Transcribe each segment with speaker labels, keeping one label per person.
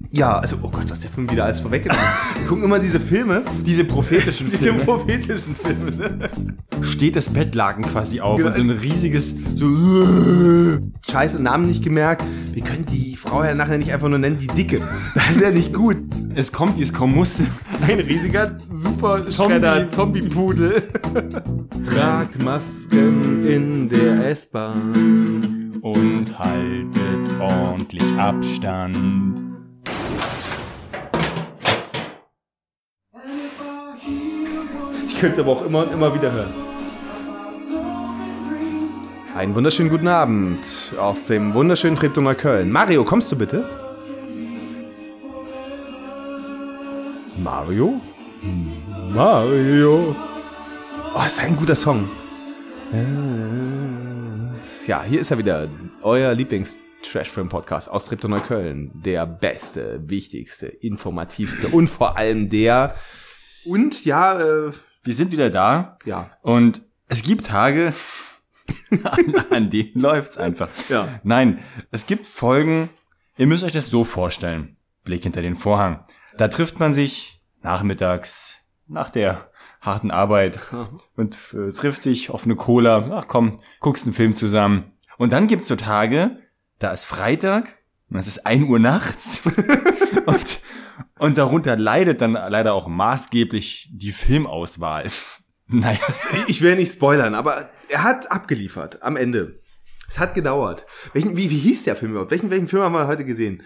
Speaker 1: Ja, also, oh Gott, hast der Film wieder alles vorweggenommen. Wir gucken immer diese Filme.
Speaker 2: Diese prophetischen Filme.
Speaker 1: Diese prophetischen Filme, ne?
Speaker 2: Steht das Bettlaken quasi auf
Speaker 1: Genau.
Speaker 2: und so ein riesiges, so
Speaker 1: Scheiße, Namen nicht gemerkt. Wir können die Frau ja nachher nicht einfach nur nennen, die Dicke. Das ist ja nicht gut.
Speaker 2: es kommt, wie es kommen muss.
Speaker 1: Ein riesiger Super-Schredder-Zombie-Pudel. Tragt Masken in der S-Bahn.
Speaker 2: Und haltet ordentlich Abstand.
Speaker 1: Ich könnte es aber auch immer und immer wieder hören. Einen wunderschönen guten Abend aus dem wunderschönen Treptower Köln. Mario, kommst du bitte? Mario? Mario. Oh, ist ein guter Song. Ja, hier ist er wieder. Euer Lieblings-Trash-Film-Podcast aus Treptower Köln. Der beste, wichtigste, informativste und vor allem der... Und ja,
Speaker 2: Wir sind wieder da.
Speaker 1: ja.
Speaker 2: Und es gibt Tage, an denen läuft's einfach.
Speaker 1: Ja.
Speaker 2: Nein, es gibt Folgen, ihr müsst euch das so vorstellen. Blick hinter den Vorhang. Da trifft man sich nachmittags, nach der harten Arbeit und trifft sich auf eine Cola. Ach komm, guckst einen Film zusammen. Und dann gibt's so Tage, da ist Freitag, und es ist 1 Uhr nachts und darunter leidet dann leider auch maßgeblich die Filmauswahl. Naja.
Speaker 1: Ich will nicht spoilern, aber er hat abgeliefert am Ende. Es hat gedauert. Wie hieß der Film überhaupt? Welchen Film haben wir heute gesehen?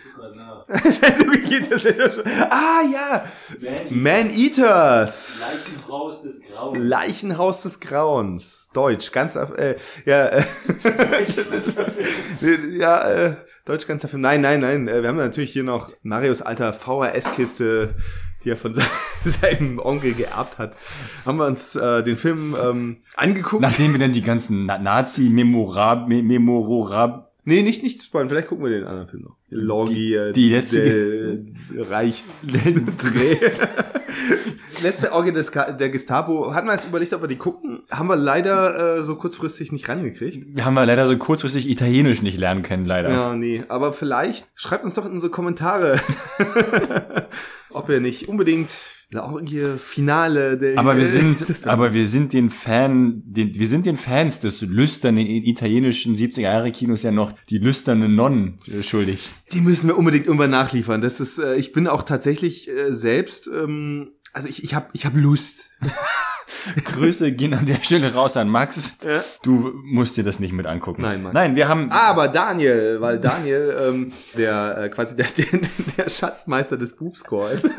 Speaker 1: Ah ja! Man-Eaters.
Speaker 2: Leichenhaus des Grauens.
Speaker 1: Leichenhaus des Grauens. Deutsch, ganz Deutsch ganzer Film. Nein. Wir haben natürlich hier noch Marios alter VHS-Kiste, die er von seinem Onkel geerbt hat. Haben wir uns den Film angeguckt.
Speaker 2: Nachdem wir dann die ganzen Nazi-Memorab...
Speaker 1: Nee, nicht spoilern. Vielleicht gucken wir den anderen Film noch. Logi,
Speaker 2: die letzte...
Speaker 1: Reich... Letzte Orgie der Gestapo. Hatten wir jetzt überlegt, ob wir die gucken. Haben wir leider so kurzfristig nicht rangekriegt.
Speaker 2: Wir haben leider so kurzfristig Italienisch nicht lernen können, leider.
Speaker 1: Ja, nee. Aber vielleicht schreibt uns doch in unsere Kommentare, ob ihr nicht unbedingt eine Orgie Finale der...
Speaker 2: Aber wir sind den Fans des lüsternen italienischen 70er-Jahre-Kinos ja noch die lüsternen Nonnen schuldig.
Speaker 1: Die müssen wir unbedingt irgendwann nachliefern. Das ist, ich bin auch tatsächlich selbst, also ich hab Lust.
Speaker 2: Grüße gehen an der Stelle raus an Max.
Speaker 1: Ja.
Speaker 2: Du musst dir das nicht mit angucken.
Speaker 1: Nein, Max.
Speaker 2: Nein, wir haben...
Speaker 1: Aber Daniel, weil Daniel quasi der Schatzmeister des Boobscore ist.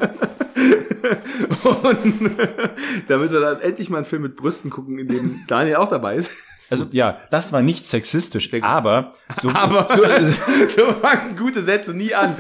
Speaker 1: Und damit wir dann endlich mal einen Film mit Brüsten gucken, in dem Daniel auch dabei ist.
Speaker 2: Also ja, das war nicht sexistisch, aber so
Speaker 1: fangen gute Sätze nie an.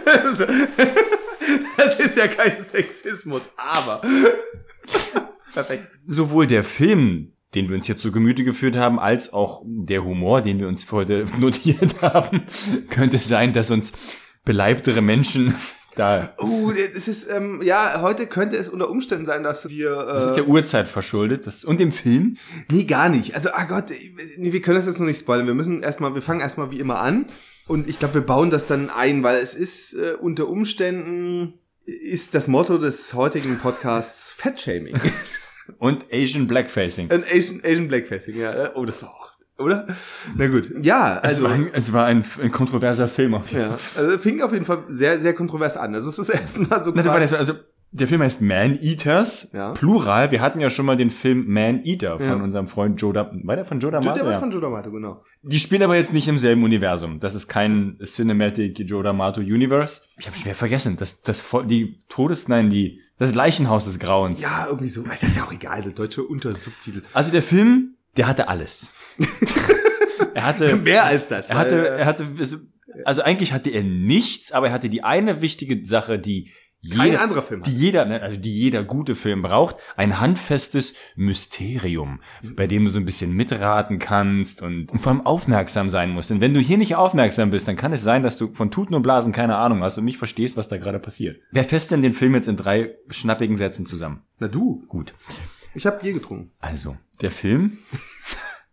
Speaker 1: Das ist ja kein Sexismus, aber perfekt.
Speaker 2: Sowohl der Film, den wir uns hier zu Gemüte geführt haben, als auch der Humor, den wir uns für heute notiert haben, könnte sein, dass uns beleibtere Menschen da...
Speaker 1: das ist, heute könnte es unter Umständen sein, dass wir...
Speaker 2: das ist der Uhrzeit verschuldet. Und dem Film?
Speaker 1: Nee, gar nicht. Also, Gott, wir können das jetzt noch nicht spoilern. Wir fangen erstmal wie immer an. Und ich glaube, wir bauen das dann ein, weil es ist unter Umständen ist das Motto des heutigen Podcasts Fettshaming.
Speaker 2: Und Asian Blackfacing.
Speaker 1: Und Asian Blackfacing, ja. Oh, das war auch, oder? Na gut. Ja, also.
Speaker 2: Es war ein kontroverser Film auf jeden Fall.
Speaker 1: Ja, also fing auf jeden Fall sehr, sehr kontrovers an. Also es ist erstmal so.
Speaker 2: Also der Film heißt Man-Eaters,
Speaker 1: ja.
Speaker 2: Plural. Wir hatten ja schon mal den Film Man-Eater von unserem Freund Joe D'Amato. War der von Joe D'Amato?
Speaker 1: Der war von Joe D'Amato, genau.
Speaker 2: Die spielen aber jetzt nicht im selben Universum. Das ist kein Cinematic Joe D'Amato Universe. Ich habe schwer vergessen, das Leichenhaus des Grauens.
Speaker 1: Ja, irgendwie so. Das ist ja auch egal, der deutsche Untersubtitel.
Speaker 2: Also der Film, der hatte alles. Er hatte
Speaker 1: mehr als das.
Speaker 2: Also eigentlich hatte er nichts, aber er hatte die eine wichtige Sache, die
Speaker 1: kein anderer Film hat.
Speaker 2: Die jeder gute Film braucht, ein handfestes Mysterium, bei dem du so ein bisschen mitraten kannst und vor allem aufmerksam sein musst. Denn wenn du hier nicht aufmerksam bist, dann kann es sein, dass du von Tuten und Blasen keine Ahnung hast und nicht verstehst, was da gerade passiert. Wer fasst denn den Film jetzt in 3 schnappigen Sätzen zusammen?
Speaker 1: Na du.
Speaker 2: Gut.
Speaker 1: Ich habe Bier getrunken.
Speaker 2: Also, der Film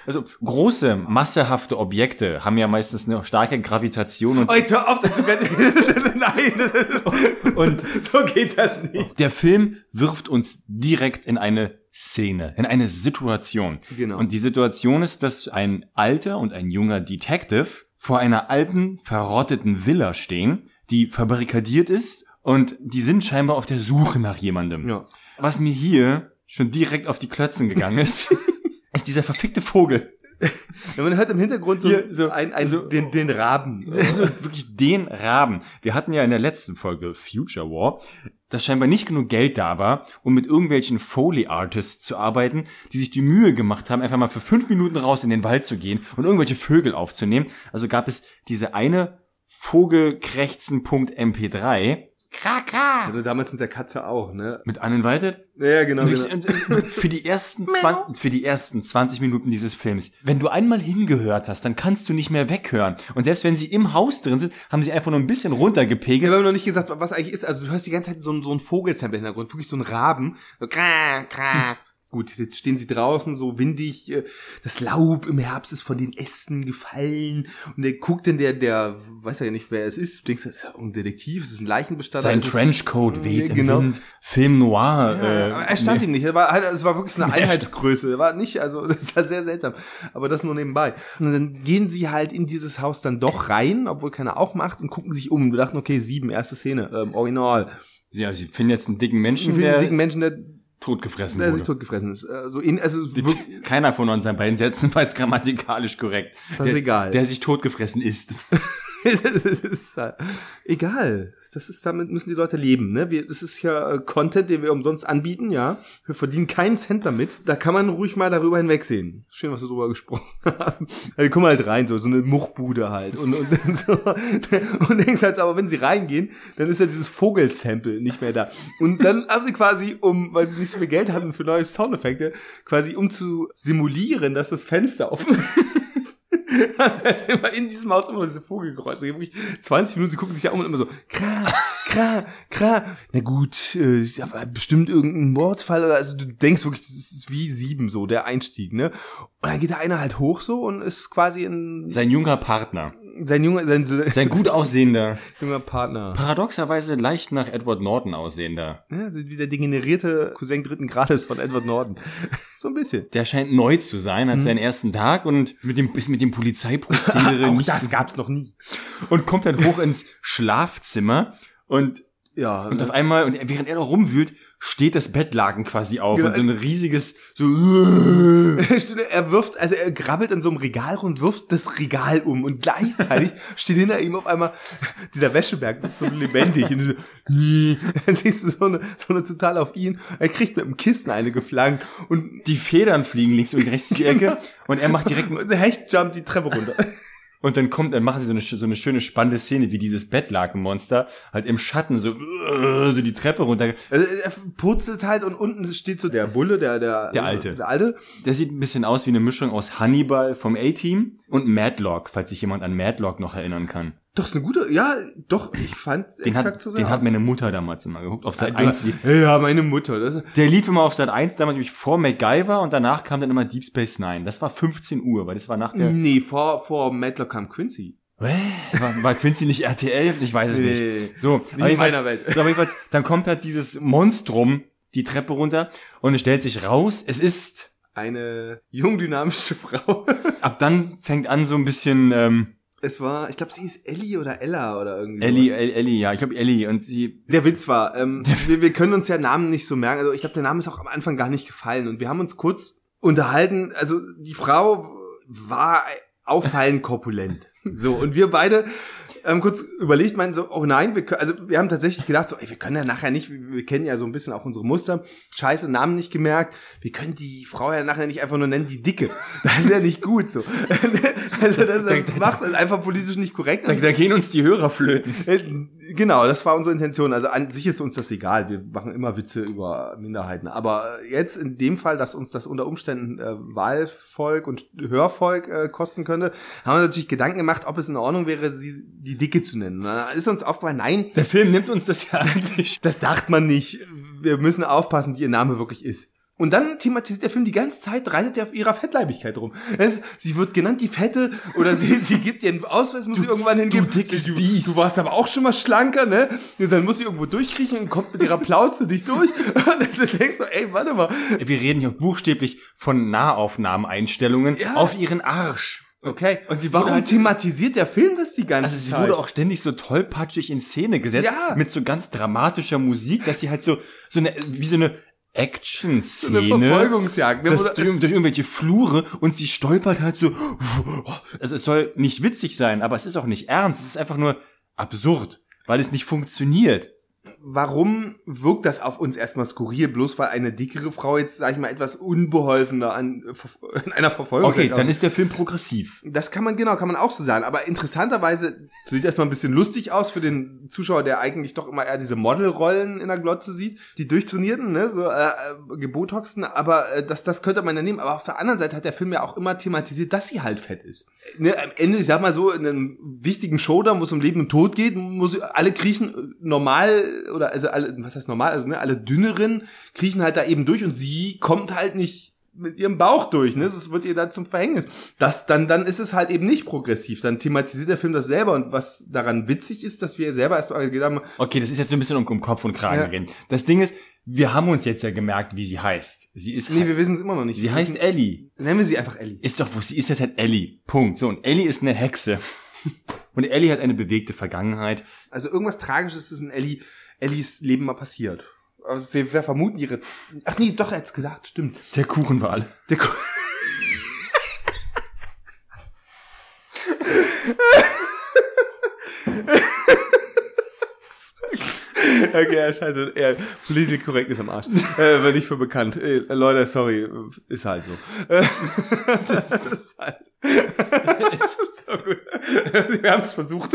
Speaker 2: Also große, massehafte Objekte haben ja meistens eine starke Gravitation. Und
Speaker 1: jetzt hör auf, nein. Und so geht das nicht.
Speaker 2: Der Film wirft uns direkt in eine Szene, in eine Situation.
Speaker 1: Genau.
Speaker 2: Und die Situation ist, dass ein alter und ein junger Detective vor einer alten, verrotteten Villa stehen, die verbarrikadiert ist und die sind scheinbar auf der Suche nach jemandem.
Speaker 1: Ja.
Speaker 2: Was mir hier schon direkt auf die Klötzen gegangen ist, ist dieser verfickte Vogel.
Speaker 1: Ja, man hört im Hintergrund den Raben.
Speaker 2: So wirklich den Raben. Wir hatten ja in der letzten Folge Future War, dass scheinbar nicht genug Geld da war, um mit irgendwelchen Foley-Artists zu arbeiten, die sich die Mühe gemacht haben, einfach mal für 5 Minuten raus in den Wald zu gehen und irgendwelche Vögel aufzunehmen. Also gab es diese eine Vogelkrächzen.mp3. Kra.
Speaker 1: Also damals mit der Katze auch, ne?
Speaker 2: Mit Uninvited?
Speaker 1: Ja, genau.
Speaker 2: Für die ersten 20 Minuten dieses Films. Wenn du einmal hingehört hast, dann kannst du nicht mehr weghören. Und selbst wenn sie im Haus drin sind, haben sie einfach nur ein bisschen runtergepegelt.
Speaker 1: Wir haben noch nicht gesagt, was eigentlich ist. Also du hörst die ganze Zeit so ein Vogelsample im Hintergrund. Wirklich so ein Raben. So kra. Gut, jetzt stehen sie draußen, so windig, das Laub im Herbst ist von den Ästen gefallen und der guckt dann, der weiß ja nicht, wer es ist, du denkst, das ist ein Detektiv, es ist ein Leichenbestand.
Speaker 2: Sein Trenchcoat weht im Wind, Film Noir.
Speaker 1: Ja, er stand ihm nicht, es war wirklich so eine Einheitsgröße, war nicht, also das war sehr seltsam, aber das nur nebenbei. Und dann gehen sie halt in dieses Haus dann doch rein, obwohl keiner aufmacht und gucken sich um. Wir dachten, okay, 7, erste Szene, Original.
Speaker 2: Ja, sie finden jetzt einen dicken Menschen,
Speaker 1: der
Speaker 2: totgefressen
Speaker 1: wurde. Der sich totgefressen ist.
Speaker 2: Keiner von uns an beiden Sätzen war jetzt grammatikalisch korrekt.
Speaker 1: Das ist egal.
Speaker 2: Der sich totgefressen ist.
Speaker 1: Das ist egal. Damit müssen die Leute leben, ne? Das ist ja Content, den wir umsonst anbieten, ja. Wir verdienen keinen Cent damit. Da kann man ruhig mal darüber hinwegsehen. Schön, was wir drüber gesprochen haben. Also kommen halt rein, so eine Muchbude halt. Und so. Und denkst halt, aber wenn sie reingehen, dann ist ja dieses Vogelsample nicht mehr da. Und dann haben sie quasi, weil sie nicht so viel Geld hatten für neue Soundeffekte, quasi um zu simulieren, dass das Fenster offen ist. Also immer in diesem Haus immer diese Vogelgeräusche. Wirklich 20 Minuten, sie gucken sich ja um und immer so, kra. Na gut, aber bestimmt irgendein Mordfall oder, also du denkst wirklich, das ist wie 7 so, der Einstieg, ne? Und dann geht der eine halt hoch so und ist quasi
Speaker 2: sein junger Partner.
Speaker 1: Sein
Speaker 2: gut aussehender
Speaker 1: junger Partner.
Speaker 2: Paradoxerweise leicht nach Edward Norton aussehender.
Speaker 1: Ja, sind wie der degenerierte Cousin 3. Grades von Edward Norton. So ein bisschen.
Speaker 2: Der scheint neu zu sein, hat seinen ersten Tag und ist mit dem Polizeiprozedere
Speaker 1: nicht. Das gab's noch nie.
Speaker 2: Und kommt dann hoch ins Schlafzimmer und auf einmal, und während er noch rumwühlt, steht das Bettlaken quasi auf, genau, und so ein riesiges, so,
Speaker 1: er grabbelt in so einem Regal und wirft das Regal um und gleichzeitig steht hinter ihm auf einmal dieser Wäscheberg so lebendig und so, dann siehst du so eine total auf ihn, er kriegt mit dem Kissen eine geflankt und
Speaker 2: die Federn fliegen links und rechts in die Ecke und er macht direkt
Speaker 1: einen Hechtjump die Treppe runter.
Speaker 2: Und dann machen sie so eine schöne, spannende Szene, wie dieses Bettlakenmonster halt im Schatten so die Treppe runter.
Speaker 1: Also er purzelt halt und unten steht so der Bulle, der
Speaker 2: Alte.
Speaker 1: Der Alte.
Speaker 2: Der sieht ein bisschen aus wie eine Mischung aus Hannibal vom A-Team und Madlock, falls sich jemand an Madlock noch erinnern kann.
Speaker 1: Doch, ist eine gute, ja, doch, ich fand
Speaker 2: den hat meine Mutter damals immer geguckt, auf Sat 1.
Speaker 1: Ja, meine Mutter.
Speaker 2: Der lief immer auf Sat 1, damals nämlich vor MacGyver und danach kam dann immer Deep Space Nine. Das war 15 Uhr, weil das war nach der...
Speaker 1: Nee, vor Madlock kam Quincy.
Speaker 2: War Quincy nicht RTL? Ich weiß es nicht. So,
Speaker 1: nicht in meiner Welt.
Speaker 2: Aber jedenfalls, dann kommt halt dieses Monstrum die Treppe runter und es stellt sich raus, es ist...
Speaker 1: eine jung dynamische Frau.
Speaker 2: Ab dann fängt an so ein bisschen...
Speaker 1: ich glaube, sie ist Ellie oder Ella oder irgendwie.
Speaker 2: Ellie, ja, ich glaube Ellie und sie...
Speaker 1: Der Witz war, wir können uns ja Namen nicht so merken, also ich glaube, der Name ist auch am Anfang gar nicht gefallen und wir haben uns kurz unterhalten, also die Frau war auffallend korpulent. So, und wir beide kurz überlegt, meinten so, oh nein, wir haben tatsächlich gedacht, so, wir können ja nachher nicht, wir kennen ja so ein bisschen auch unsere Muster, scheiße, Namen nicht gemerkt, wir können die Frau ja nachher nicht einfach nur nennen, die Dicke. Das ist ja nicht gut so. Also das macht das einfach politisch nicht korrekt.
Speaker 2: Da gehen uns die Hörer flöten.
Speaker 1: Genau, das war unsere Intention. Also an sich ist uns das egal, wir machen immer Witze über Minderheiten. Aber jetzt in dem Fall, dass uns das unter Umständen Wahlvolk und Hörvolk kosten könnte, haben wir natürlich Gedanken gemacht, ob es in Ordnung wäre, sie die Dicke zu nennen. Da ist uns aufgefallen, nein.
Speaker 2: Der Film nimmt uns das ja eigentlich.
Speaker 1: Das sagt man nicht. Wir müssen aufpassen, wie ihr Name wirklich ist. Und dann thematisiert der Film die ganze Zeit, reitet er auf ihrer Fettleibigkeit rum. Sie wird genannt die Fette, oder sie gibt ihren Ausweis, muss sie irgendwann hingeben. Du warst aber auch schon mal schlanker, ne? Und dann muss sie irgendwo durchkriechen und kommt mit ihrer Plauze nicht durch. Und dann denkst du, ey, warte mal.
Speaker 2: Wir reden hier buchstäblich von Nahaufnahmeeinstellungen auf ihren Arsch.
Speaker 1: Okay. Und warum thematisiert der Film das die ganze Zeit?
Speaker 2: Also sie wurde auch ständig so tollpatschig in Szene gesetzt, mit so ganz dramatischer Musik, dass sie halt so eine Action-Szene.
Speaker 1: So eine Verfolgungsjagd.
Speaker 2: Durch irgendwelche Flure und sie stolpert halt so. Also es soll nicht witzig sein, aber es ist auch nicht ernst. Es ist einfach nur absurd, weil es nicht funktioniert.
Speaker 1: Warum wirkt das auf uns erstmal skurril, bloß weil eine dickere Frau jetzt, sag ich mal, etwas unbeholfener an einer Verfolgung
Speaker 2: Okay, dann ist der Film progressiv.
Speaker 1: Das kann man auch so sagen. Aber interessanterweise sieht erstmal ein bisschen lustig aus für den Zuschauer, der eigentlich doch immer eher diese Modelrollen in der Glotze sieht. Die durchtrainierten, ne, so gebotoxten. Aber das könnte man ja nehmen. Aber auf der anderen Seite hat der Film ja auch immer thematisiert, dass sie halt fett ist. Ne, am Ende, ich sag mal so, in einem wichtigen Showdown, wo es um Leben und Tod geht, muss alle kriechen normal, oder also alle, was heißt normal, also ne, alle dünneren kriechen halt da eben durch und sie kommt halt nicht mit ihrem Bauch durch, ne, das wird ihr dann zum Verhängnis. Dann ist es halt eben nicht progressiv, dann thematisiert der Film das selber und was daran witzig ist, dass wir selber erst mal gedacht haben,
Speaker 2: okay, das ist jetzt so ein bisschen um Kopf und Kragen reden. Das Ding ist, wir haben uns jetzt ja gemerkt, wie sie heißt.
Speaker 1: Wir wissen es immer noch nicht.
Speaker 2: Sie heißt Ellie.
Speaker 1: Nennen wir sie einfach Ellie.
Speaker 2: Sie ist jetzt halt Ellie. Punkt. So, und Ellie ist eine Hexe. Und Ellie hat eine bewegte Vergangenheit.
Speaker 1: Also irgendwas Tragisches ist in Ellies Leben mal passiert. Also wir vermuten ihre... Ach nee, doch, er hat's gesagt, stimmt.
Speaker 2: Der Kuchen war alle.
Speaker 1: Okay, scheiße, politisch korrekt ist am Arsch. War nicht für bekannt. Leute, sorry, ist halt so. Das ist so gut. Wir haben es versucht.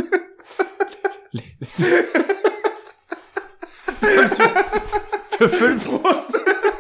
Speaker 1: Für 5 Prost.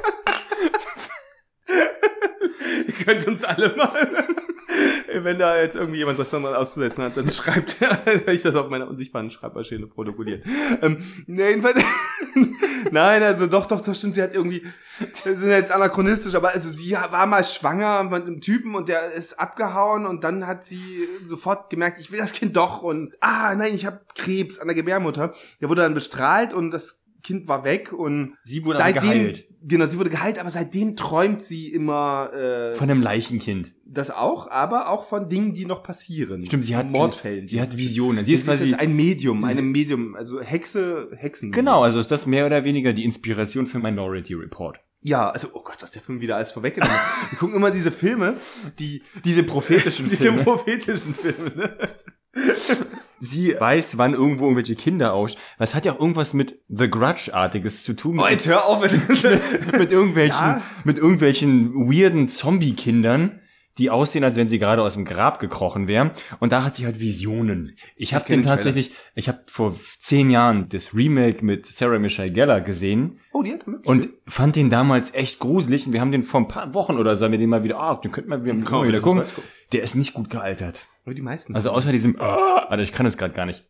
Speaker 1: Ihr könnt uns alle mal... Wenn da jetzt irgendwie jemand was anderes auszusetzen hat, dann schreibt er, ich das auf meiner unsichtbaren Schreibmaschine protokolliert. Jedenfalls, nein, also doch, das stimmt, sie hat irgendwie, das ist jetzt anachronistisch, aber also sie war mal schwanger mit einem Typen und der ist abgehauen und dann hat sie sofort gemerkt, ich will das Kind doch und, nein, ich habe Krebs an der Gebärmutter. Der wurde dann bestrahlt und das Kind war weg und
Speaker 2: sie wurde geheilt.
Speaker 1: Genau, sie wurde geheilt, aber seitdem träumt sie immer
Speaker 2: von einem Leichenkind.
Speaker 1: Das auch, aber auch von Dingen, die noch passieren.
Speaker 2: Stimmt, sie hat
Speaker 1: Mordfällen.
Speaker 2: Sie hat Visionen.
Speaker 1: Sie ist quasi ein Medium, also Hexen.
Speaker 2: Genau, also ist das mehr oder weniger die Inspiration für Minority Report.
Speaker 1: Ja, also, oh Gott, was der Film wieder alles vorweggenommen hat. Wir gucken immer diese Filme,
Speaker 2: diese prophetischen Filme.
Speaker 1: Ne?
Speaker 2: Sie weiß, wann irgendwo irgendwelche Kinder aus. Was hat ja auch irgendwas mit The Grudge-artiges zu tun.
Speaker 1: Oh, jetzt hör auf.
Speaker 2: mit irgendwelchen weirden Zombie-Kindern, die aussehen, als wenn sie gerade aus dem Grab gekrochen wären. Und da hat sie halt Visionen. Ich habe vor 10 Jahren das Remake mit Sarah Michelle Gellar gesehen.
Speaker 1: Oh, die hat mitgespielt.
Speaker 2: Und fand den damals echt gruselig. Und wir haben den vor ein paar Wochen oder so, haben wir den mal wieder, den könnten wir wieder gucken. Der ist nicht gut gealtert.
Speaker 1: Wie die meisten.
Speaker 2: Also außer diesem, Alter, ich kann es gerade gar nicht.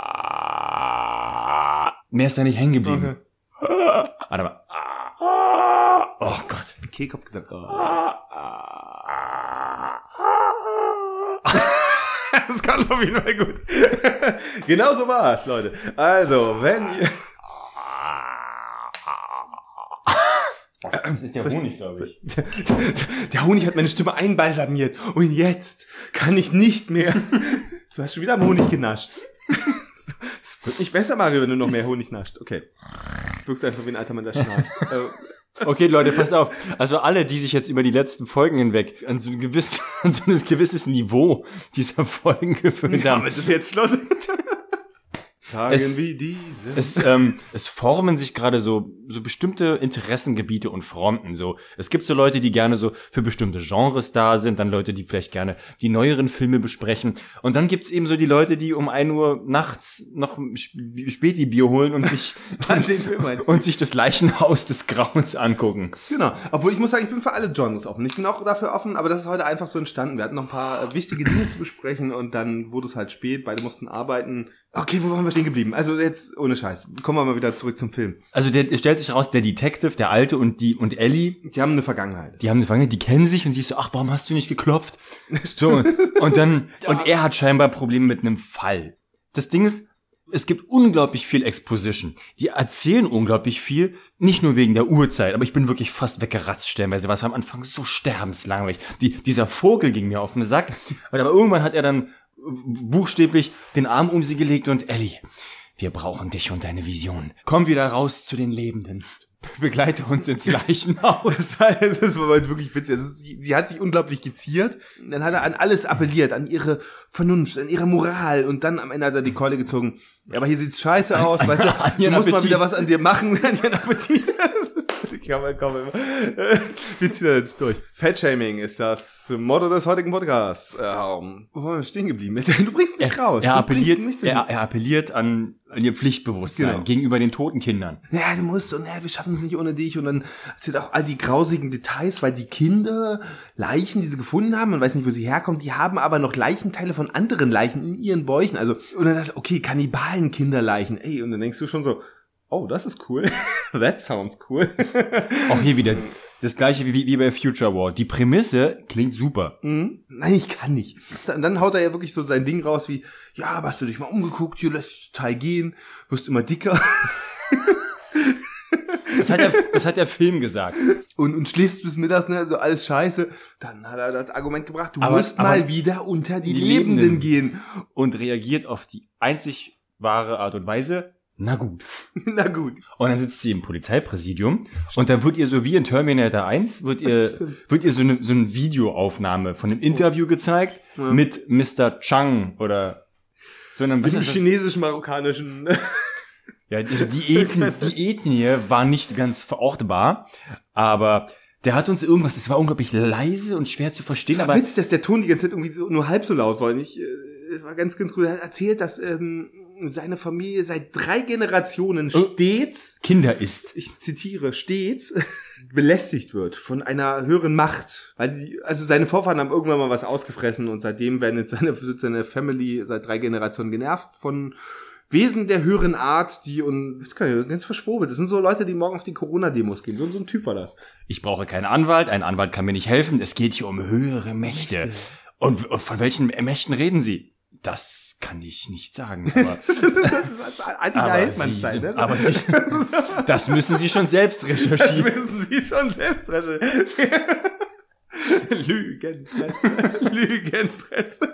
Speaker 2: Mehr ist da nicht hängen geblieben.
Speaker 1: Okay.
Speaker 2: Warte mal. Oh Gott.
Speaker 1: Kehlkopf gesagt. Das kann auf jeden Fall gut. Genau so war's, Leute. Also, wenn ihr...
Speaker 2: Das ist der Honig, glaube ich.
Speaker 1: Der Honig hat meine Stimme einbalsamiert. Und jetzt kann ich nicht mehr. Du hast schon wieder am Honig genascht. Es wird nicht besser, Mario, wenn du noch mehr Honig nascht. Okay. Jetzt wirkst du einfach wie ein alter Mann, der schnarcht.
Speaker 2: Okay, Leute, passt auf. Also alle, die sich jetzt über die letzten Folgen hinweg an so ein gewisses Niveau dieser Folgen gewöhnt haben.
Speaker 1: Damit ist jetzt Schluss. Tagen wie diese.
Speaker 2: Es formen sich gerade so bestimmte Interessengebiete und Fronten. So, es gibt so Leute, die gerne so für bestimmte Genres da sind, dann Leute, die vielleicht gerne die neueren Filme besprechen. Und dann gibt's eben so die Leute, die um 1 Uhr nachts noch Späti-Bier holen und sich das Leichenhaus des Grauens angucken.
Speaker 1: Genau. Obwohl ich muss sagen, ich bin für alle Genres offen. Ich bin auch dafür offen, aber das ist heute einfach so entstanden. Wir hatten noch ein paar wichtige Dinge zu besprechen und dann wurde es halt spät. Beide mussten arbeiten. Okay, wo waren wir stehen geblieben? Also jetzt, ohne Scheiß, kommen wir mal wieder zurück zum Film.
Speaker 2: Also es stellt sich raus, der Detective, der Alte und Ellie,
Speaker 1: Die haben eine Vergangenheit.
Speaker 2: die kennen sich und sie ist so, ach, warum hast du nicht geklopft? So, und er hat scheinbar Probleme mit einem Fall. Das Ding ist, es gibt unglaublich viel Exposition. Die erzählen unglaublich viel, nicht nur wegen der Uhrzeit, aber ich bin wirklich fast weggeratzt stellenweise, was war am Anfang so sterbenslangweilig. Dieser Vogel ging mir auf den Sack, aber irgendwann hat er dann buchstäblich den Arm um sie gelegt und Ellie, wir brauchen dich und deine Vision. Komm wieder raus zu den Lebenden. Begleite uns ins Leichenhaus.
Speaker 1: Das war halt wirklich witzig. Also sie hat sich unglaublich geziert. Dann hat er an alles appelliert, an ihre Vernunft, an ihre Moral. Und dann am Ende hat er die Keule gezogen. Ja, aber hier sieht's scheiße aus, weißt du musst mal wieder was an dir machen, an ihren Appetit. Komm. Wir ziehen das jetzt durch. Fettshaming ist das Motto des heutigen Podcasts. Wo waren wir stehen geblieben? Du bringst mich raus.
Speaker 2: Er appelliert an ihr Pflichtbewusstsein gegenüber den toten Kindern.
Speaker 1: Ja, du musst und wir schaffen es nicht ohne dich. Und dann erzählt auch all die grausigen Details, weil die Kinder Leichen, die sie gefunden haben, man weiß nicht, wo sie herkommen, die haben aber noch Leichenteile von anderen Leichen in ihren Bäuchen. Also, und dann dachte okay, Kannibalen, Kinderleichen. Ey, und dann denkst du schon so, oh, das ist cool. That sounds cool.
Speaker 2: Auch hier wieder das gleiche wie bei Future War. Die Prämisse klingt super.
Speaker 1: Mhm. Nein, ich kann nicht. Dann haut er ja wirklich so sein Ding raus wie, ja, aber hast du dich mal umgeguckt, hier lässt dich total gehen, wirst immer dicker.
Speaker 2: Das hat der Film gesagt.
Speaker 1: Und schläfst bis mittags, ne, so alles scheiße. Dann hat er das Argument gebracht, du musst mal wieder unter die Lebenden gehen.
Speaker 2: Und reagiert auf die einzig wahre Art und Weise, na gut.
Speaker 1: Na gut.
Speaker 2: Und dann sitzt sie im Polizeipräsidium und dann wird ihr so wie in Terminator 1, wird ihr so eine Videoaufnahme von einem Interview gezeigt mit Mr. Chang oder so einem
Speaker 1: chinesisch-marokkanischen.
Speaker 2: Ja, also die Ethnie war nicht ganz verortbar, aber der hat uns irgendwas, es war unglaublich leise und schwer zu verstehen.
Speaker 1: Es war Witz, dass der Ton die ganze Zeit irgendwie so nur halb so laut war. Es war ganz, ganz cool. Er hat erzählt, dass seine Familie seit 3 Generationen stets
Speaker 2: Kinder ist.
Speaker 1: Ich zitiere, stets belästigt wird von einer höheren Macht. Also seine Vorfahren haben irgendwann mal was ausgefressen und seitdem werden jetzt seine Family seit 3 Generationen genervt von Wesen der höheren Art, das kann ich ganz verschwurbelt. Das sind so Leute, die morgen auf die Corona-Demos gehen. So ein Typ war das.
Speaker 2: Ich brauche keinen Anwalt, ein Anwalt kann mir nicht helfen. Es geht hier um höhere Mächte. Und von welchen Mächten reden Sie? Das kann ich nicht sagen. Aber das müssen Sie schon selbst recherchieren.
Speaker 1: Lügenpresse.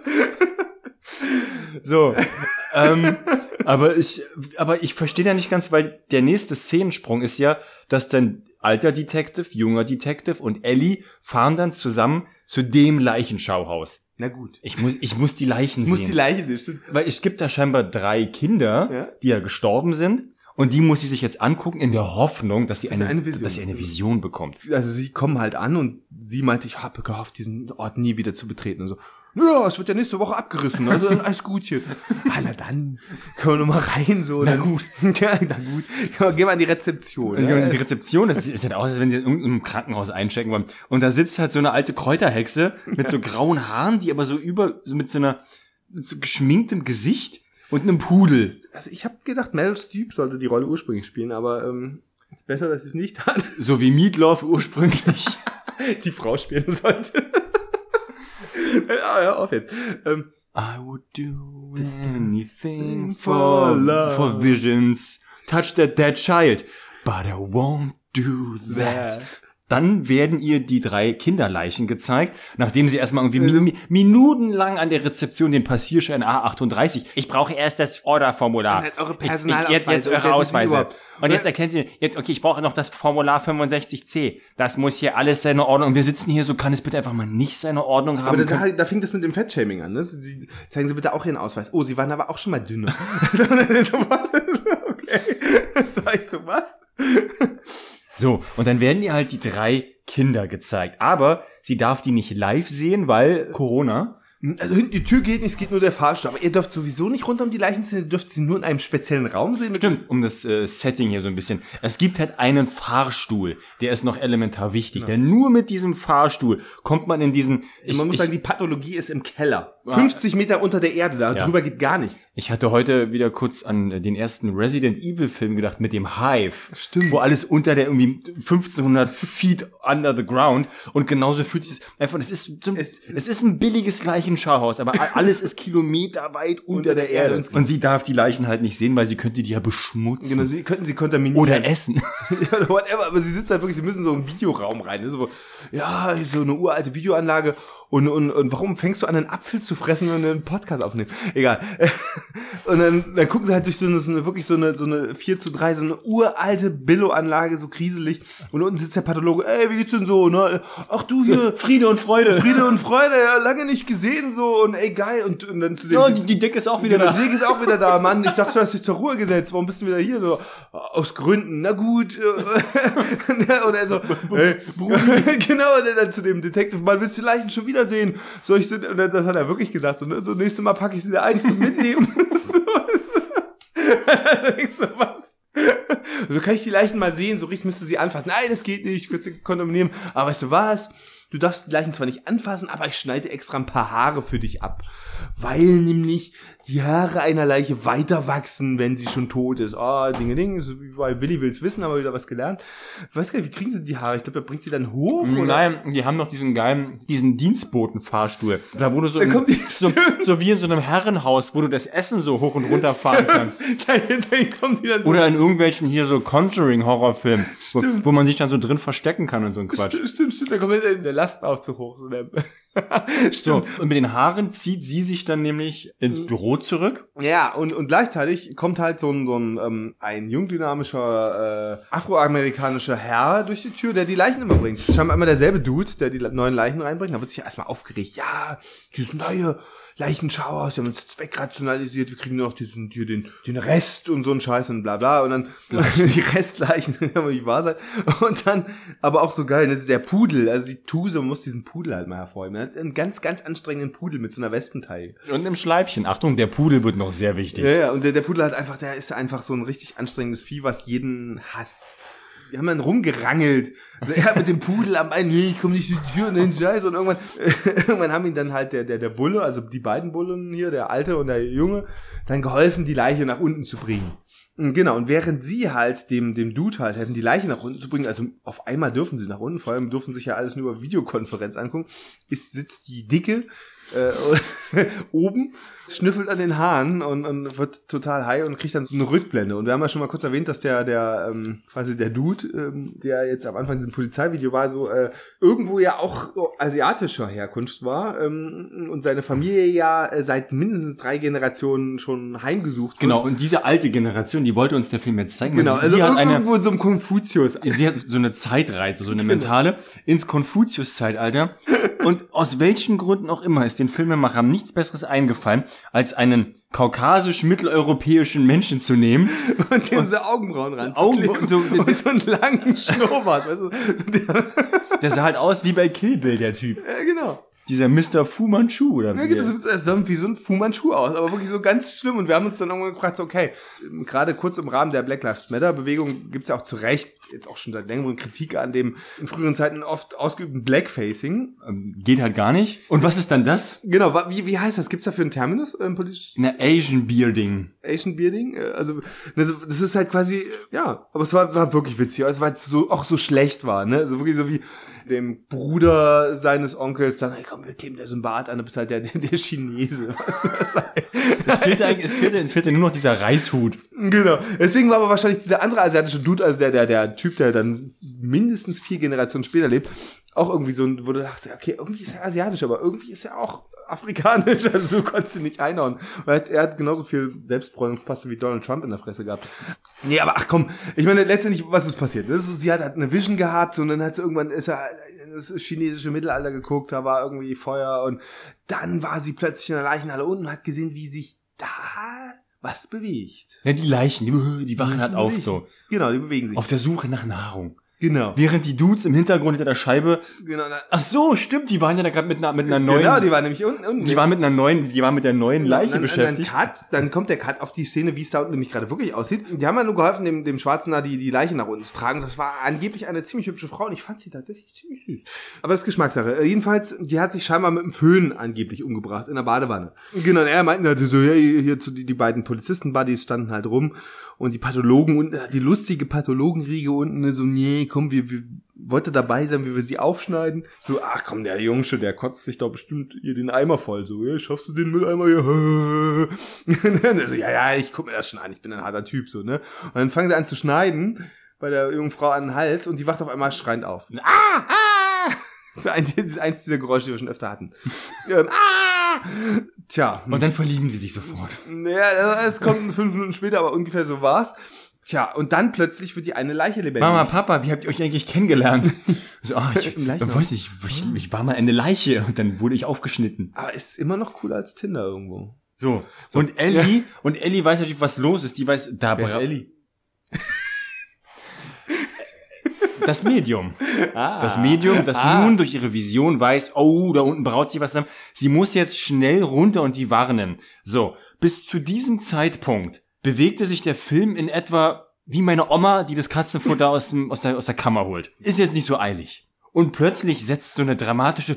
Speaker 2: So, aber ich verstehe ja nicht ganz, weil der nächste Szenensprung ist ja, dass dann alter Detective, junger Detective und Ellie fahren dann zusammen zu dem Leichenschauhaus.
Speaker 1: Na gut.
Speaker 2: Ich muss die Leichen sehen.
Speaker 1: Muss die Leichen sehen, stimmt.
Speaker 2: Weil es gibt da scheinbar 3 Kinder, die ja gestorben sind. Und die muss sie sich jetzt angucken in der Hoffnung, dass sie eine Vision bekommt.
Speaker 1: Also sie kommen halt an und sie meinte, ich habe gehofft, diesen Ort nie wieder zu betreten. Und so, ja, es wird ja nächste Woche abgerissen, also alles gut hier. Na dann, können wir noch mal rein, so.
Speaker 2: Na gut.
Speaker 1: Ja, na gut. Gehen wir an die Rezeption.
Speaker 2: Die Rezeption, das ist halt aus, als wenn sie in irgendeinem Krankenhaus einchecken wollen. Und da sitzt halt so eine alte Kräuterhexe mit so grauen Haaren, die aber so mit so geschminktem Gesicht und einem Pudel.
Speaker 1: Also ich habe gedacht, Meryl Streep sollte die Rolle ursprünglich spielen, aber ist besser, dass sie es nicht hat.
Speaker 2: So wie Meatloaf ursprünglich
Speaker 1: die Frau spielen sollte. Hör auf jetzt.
Speaker 2: I would do anything for love, for visions, touch that dead child, but I won't do that. Dann werden ihr die 3 Kinderleichen gezeigt, nachdem sie erstmal irgendwie minutenlang an der Rezeption den Passierschein A38. Ich brauche erst das Orderformular.
Speaker 1: Eure Personalausweise.
Speaker 2: Jetzt eure Ausweise. Und jetzt erkennen Sie, okay, ich brauche noch das Formular 65C. Das muss hier alles seine Ordnung. Und wir sitzen hier so, kann es bitte einfach mal nicht seine Ordnung haben?
Speaker 1: Aber da fing das mit dem Fettshaming an, ne? Zeigen Sie bitte auch Ihren Ausweis. Oh, Sie waren aber auch schon mal dünner. Okay. Sag ich so, was?
Speaker 2: So, und dann werden ihr halt die 3 Kinder gezeigt. Aber sie darf die nicht live sehen, weil Corona.
Speaker 1: Also hinten die Tür geht nicht, es geht nur der Fahrstuhl. Aber ihr dürft sowieso nicht runter um die Leichen sehen, ihr dürft sie nur in einem speziellen Raum sehen.
Speaker 2: Stimmt, um das Setting hier so ein bisschen. Es gibt halt einen Fahrstuhl, der ist noch elementar wichtig. Ja. Denn nur mit diesem Fahrstuhl kommt man in diesen...
Speaker 1: Man muss sagen, die Pathologie ist im Keller. 50 Meter unter der Erde, drüber geht gar nichts.
Speaker 2: Ich hatte heute wieder kurz an den ersten Resident Evil Film gedacht mit dem Hive.
Speaker 1: Stimmt.
Speaker 2: Wo alles unter der irgendwie 1500 Feet under the ground und genauso fühlt sich das einfach, es ist ein billiges Leichenschauhaus, aber alles ist kilometerweit unter der Erde. Und sie darf die Leichen halt nicht sehen, weil sie könnte die ja beschmutzen.
Speaker 1: Genau, sie könnten sie kontaminieren.
Speaker 2: Oder essen.
Speaker 1: Ja, whatever, aber sie sitzt halt wirklich, sie müssen so einen Videoraum rein. So eine uralte Videoanlage. Und warum fängst du an, einen Apfel zu fressen und einen Podcast aufnehmen? Egal. Und dann gucken sie halt durch so eine 4:3, so eine uralte Billo-Anlage, so kriselig. Und unten sitzt der Pathologe, ey, wie geht's denn so? Ne? Ach du hier.
Speaker 2: Friede und Freude,
Speaker 1: ja, lange nicht gesehen, so. Und ey, geil. Und dann zu dem.
Speaker 2: Ja, die Decke ist auch wieder da.
Speaker 1: Die Decke ist auch wieder da, Mann. Ich dachte, du hast dich zur Ruhe gesetzt. Warum bist du wieder hier? So, aus Gründen. Na gut. Und er so, hey, genau. Und dann zu dem Detective, Mann, willst du die Leichen schon wieder sehen? Und das hat er wirklich gesagt, so nächstes Mal packe ich sie da ein zum Mitnehmen. Dann denkst du, was? So kann ich die Leichen mal sehen, so richtig müsste sie anfassen. Nein, das geht nicht, ich könnte sie kontaminieren. Aber weißt du was? Du darfst die Leichen zwar nicht anfassen, aber ich schneide extra ein paar Haare für dich ab. Weil nämlich die Haare einer Leiche weiter wachsen, wenn sie schon tot ist. Ding, ist wie bei Billy will's wissen, aber wieder was gelernt. Ich weiß gar nicht, wie kriegen sie die Haare? Ich glaube, er bringt die dann hoch, oder?
Speaker 2: Nein, die haben noch diesen Dienstbotenfahrstuhl. Da wo du so wie in so einem Herrenhaus, wo du das Essen so hoch und runter fahren kannst.
Speaker 1: Dahin kommen die dann so.
Speaker 2: Oder in irgendwelchen hier so Conjuring-Horrorfilmen, wo man sich dann so drin verstecken kann und so ein Quatsch.
Speaker 1: Stimmt. Da kommt der Lastenaufzug hoch.
Speaker 2: So, und mit den Haaren zieht sie sich dann nämlich ins Büro zurück.
Speaker 1: Ja, und gleichzeitig kommt halt so ein jung dynamischer afroamerikanischer Herr durch die Tür, der die Leichen immer bringt. Das ist scheinbar immer derselbe Dude, der die neuen Leichen reinbringt. Da wird sich ja erstmal aufgeregt. Ja, dieses neue Leichenschauhaus, wir haben uns wegrationalisiert, wir kriegen nur noch den Rest und so einen Scheiß und bla bla. Und dann die Restleichen, kann nicht wahr sein. Und dann, aber auch so geil, das ist der Pudel, also die Tuse, man muss diesen Pudel halt mal hervorheben. Man hat einen ganz, ganz anstrengenden Pudel mit so einer Wespenteile.
Speaker 2: Und im Schleifchen. Achtung, der Pudel wird noch sehr wichtig.
Speaker 1: Ja, und der Pudel der ist einfach so ein richtig anstrengendes Vieh, was jeden hasst. Die haben dann rumgerangelt. Also er mit dem Pudel am einen, nee, ich komm nicht durch die Tür und den Scheiß. Und irgendwann haben ihn dann halt der Bulle, also die beiden Bullen hier, der Alte und der Junge, dann geholfen, die Leiche nach unten zu bringen. Genau, und während sie halt dem Dude halt helfen, die Leiche nach unten zu bringen, also auf einmal dürfen sie nach unten, vor allem dürfen sich ja alles nur über Videokonferenz angucken, sitzt die Dicke oben, schnüffelt an den Haaren und wird total high und kriegt dann so eine Rückblende. Und wir haben ja schon mal kurz erwähnt, dass quasi der Dude, der jetzt am Anfang diesem Polizeivideo war, so irgendwo ja auch asiatischer Herkunft war und seine Familie ja seit mindestens 3 Generationen schon heimgesucht wird.
Speaker 2: Genau, und diese alte Generation, die wollte uns der Film jetzt zeigen.
Speaker 1: Genau, also irgendwo in so einem Konfuzius.
Speaker 2: Sie hat so eine Zeitreise, so eine mentale, ins Konfuzius-Zeitalter. Und aus welchen Gründen auch immer ist den Filmemachern nichts Besseres eingefallen, als einen kaukasisch-mitteleuropäischen Menschen zu nehmen
Speaker 1: und dem so Augenbrauen ranzukleben und so einen langen Schnurrbart, weißt du?
Speaker 2: Der sah halt aus wie bei Kill Bill, der Typ.
Speaker 1: Ja, genau.
Speaker 2: Dieser Mr. Fu Manchu, oder
Speaker 1: wie? Ja, das sah wie so ein Fu Manchu aus, aber wirklich so ganz schlimm. Und wir haben uns dann irgendwann gefragt, so, okay, gerade kurz im Rahmen der Black Lives Matter Bewegung gibt's ja auch zu Recht, jetzt auch schon seit längerem Kritik an dem in früheren Zeiten oft ausgeübten Blackfacing.
Speaker 2: Geht halt gar nicht. Und was ist dann das?
Speaker 1: Genau, wie heißt das? Gibt's da für einen Terminus politisch?
Speaker 2: Asian Bearding.
Speaker 1: Asian Bearding? Also, das ist halt quasi, ja, aber es war wirklich witzig, es war jetzt so, auch so schlecht war, ne? Also wirklich so wie dem Bruder seines Onkels dann, hey komm, wir kleben dir so einen Bart an, du bist halt der Chinese.
Speaker 2: Es fehlte nur noch dieser Reishut.
Speaker 1: Genau. Deswegen war aber wahrscheinlich dieser andere asiatische Dude, also der Typ, der dann mindestens 4 Generationen später lebt, auch irgendwie so, wo du dachtest, okay, irgendwie ist er asiatisch, aber irgendwie ist er auch afrikanisch, also so konntest du nicht einhauen. Weil er hat genauso viel Selbstbräunungspaste wie Donald Trump in der Fresse gehabt. Nee, aber ach komm, ich meine, letztendlich, was ist passiert? Sie hat eine Vision gehabt und dann hat sie irgendwann, ist er das chinesische Mittelalter geguckt, da war irgendwie Feuer und dann war sie plötzlich in der Leichenhalle unten und hat gesehen, wie sich da was bewegt.
Speaker 2: Ja, die Leichen, die wachen halt auf so.
Speaker 1: Genau, die bewegen sich.
Speaker 2: Auf der Suche nach Nahrung.
Speaker 1: Genau.
Speaker 2: Während die Dudes im Hintergrund hinter der Scheibe.
Speaker 1: Genau.
Speaker 2: Ach so, stimmt, die waren ja da gerade mit einer neuen.
Speaker 1: Genau, die waren nämlich unten.
Speaker 2: Die waren mit der neuen Leiche beschäftigt.
Speaker 1: Dann kommt der Cut auf die Szene, wie es da unten nämlich gerade wirklich aussieht. Die haben ja nur geholfen, dem Schwarzen da die Leiche nach unten zu tragen. Das war angeblich eine ziemlich hübsche Frau und ich fand sie tatsächlich ziemlich süß. Aber das ist Geschmackssache. Jedenfalls, die hat sich scheinbar mit dem Föhn angeblich umgebracht in der Badewanne. Genau, und er meinte halt so, ja, hier zu die beiden Polizisten-Buddies standen halt rum und die Pathologen und die lustige Pathologenriege unten so, nee, komm, wir wollte dabei sein, wie wir sie aufschneiden. So, ach komm, der Jungsche, der kotzt sich doch bestimmt hier den Eimer voll. So, ja, schaffst du den Mülleimer hier? So, ja, ich guck mir das schon an, ich bin ein harter Typ, so, ne? Und dann fangen sie an zu schneiden bei der jungen Frau an den Hals und die wacht auf einmal schreiend auf. Das ist eins dieser Geräusche, die wir schon öfter hatten. Tja.
Speaker 2: Und dann verlieben sie sich sofort.
Speaker 1: Ja, es kommt 5 Minuten später, aber ungefähr so war's. Tja, und dann plötzlich wird die eine Leiche lebendig.
Speaker 2: Mama, Papa, wie habt ihr euch eigentlich kennengelernt? So, ich weiß nicht, ich war mal eine Leiche und dann wurde ich aufgeschnitten.
Speaker 1: Aber ist immer noch cooler als Tinder irgendwo.
Speaker 2: So. Und Ellie weiß natürlich, was los ist. Die weiß,
Speaker 1: Wer ist Ellie?
Speaker 2: Das Medium. Das Medium, das nun durch ihre Vision weiß, oh, da unten braut sich was zusammen. Sie muss jetzt schnell runter und die warnen. So, bis zu diesem Zeitpunkt bewegte sich der Film in etwa wie meine Oma, die das Katzenfutter aus der Kammer holt. Ist jetzt nicht so eilig. Und plötzlich setzt so eine dramatische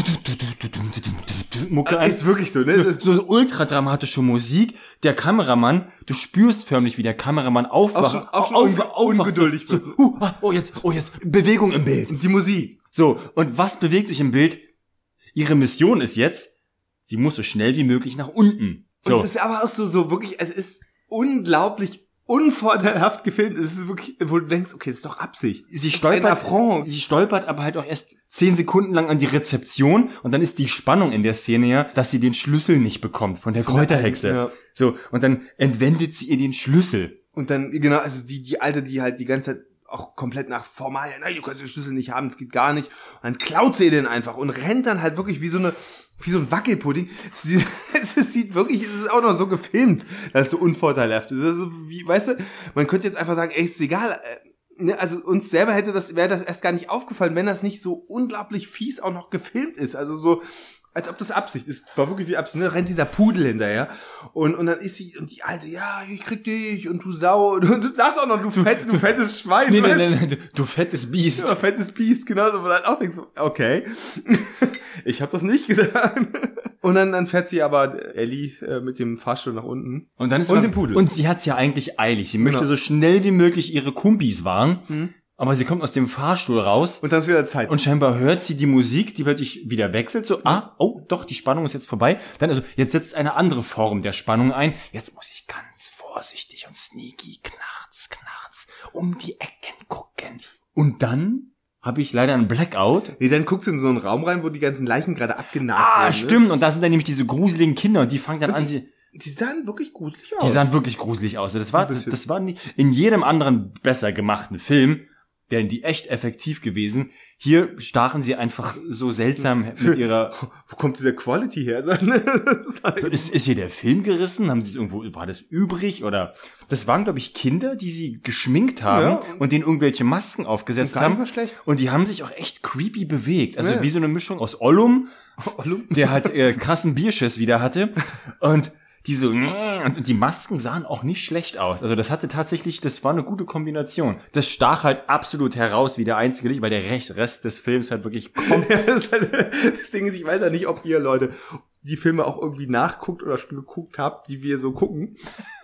Speaker 2: Mucke ein.
Speaker 1: Ist wirklich so, ne?
Speaker 2: So ultra dramatische Musik. Der Kameramann, du spürst förmlich, wie der Kameramann aufwacht.
Speaker 1: Auch schon ungeduldig wird.
Speaker 2: So, jetzt, Bewegung im Bild.
Speaker 1: Und die Musik.
Speaker 2: So, und was bewegt sich im Bild? Ihre Mission ist jetzt, sie muss so schnell wie möglich nach unten. So.
Speaker 1: Und es ist aber auch so wirklich, es ist unglaublich unvorteilhaft gefilmt. Es ist wirklich, wo du denkst, okay, das ist doch Absicht.
Speaker 2: Sie stolpert aber halt auch erst 10 Sekunden lang an die Rezeption und dann ist die Spannung in der Szene ja, dass sie den Schlüssel nicht bekommt von der Kräuterhexe. Ja. So, und dann entwendet sie ihr den Schlüssel.
Speaker 1: Und dann, genau, also die Alte, die halt die ganze Zeit auch komplett nach Formalien, nein, du kannst den Schlüssel nicht haben, das geht gar nicht. Und dann klaut sie den einfach und rennt dann halt wirklich wie so ein Wackelpudding. Es sieht wirklich, es ist auch noch so gefilmt, dass es so unvorteilhaft ist. Das ist so wie, weißt du, man könnte jetzt einfach sagen, ey, ist egal, ne, also uns selber wäre das erst gar nicht aufgefallen, wenn das nicht so unglaublich fies auch noch gefilmt ist. Also so, als ob das Absicht ist. War wirklich wie Absicht, ne? Rennt dieser Pudel hinterher. Und dann ist sie, und die Alte, ja, ich krieg dich, und du Sau, und du sagst auch noch, du fettes Schwein.
Speaker 2: Nee, du fettes Biest.
Speaker 1: Ja, fettes Biest, genau, so, wo du halt auch denkst, okay, ich hab das nicht gesagt. Und dann fährt sie aber Ellie mit dem Fahrstuhl nach unten.
Speaker 2: Und dem Pudel. Und sie hat's ja eigentlich eilig. Sie möchte
Speaker 1: Genau.
Speaker 2: so schnell wie möglich ihre Kumpis warnen. Aber sie kommt aus dem Fahrstuhl raus.
Speaker 1: Und dann ist wieder Zeit.
Speaker 2: Und scheinbar hört sie die Musik, die plötzlich wieder wechselt. So, doch, die Spannung ist jetzt vorbei. Dann, also, jetzt setzt eine andere Form der Spannung ein. Jetzt muss ich ganz vorsichtig und sneaky, knarz, um die Ecken gucken. Und dann habe ich leider einen Blackout.
Speaker 1: Nee, dann guckst du in so einen Raum rein, wo die ganzen Leichen gerade abgenagt werden.
Speaker 2: Stimmt. Und da sind dann nämlich diese gruseligen Kinder und die fangen dann an,
Speaker 1: Die sahen wirklich gruselig aus.
Speaker 2: Die sahen wirklich gruselig aus. Das war nicht, in jedem anderen besser gemachten Film wären die echt effektiv gewesen. Hier stachen sie einfach so seltsam mit ihrer...
Speaker 1: Wo kommt dieser Quality her?
Speaker 2: So, ist hier der Film gerissen? Haben sie es irgendwo, war das übrig? Oder das waren, glaube ich, Kinder, die sie geschminkt haben und denen irgendwelche Masken aufgesetzt haben.
Speaker 1: Mal schlecht.
Speaker 2: Und die haben sich auch echt creepy bewegt. Also wie so eine Mischung aus Ollum, der halt krassen Bierschiss wieder hatte. Und und die Masken sahen auch nicht schlecht aus. Also das war eine gute Kombination. Das stach halt absolut heraus wie der einzige Licht, weil der Rest des Films halt wirklich kommt.
Speaker 1: Das Ding ist, ich weiß ja nicht, ob ihr Leute die Filme auch irgendwie nachguckt oder schon geguckt habt, die wir so gucken.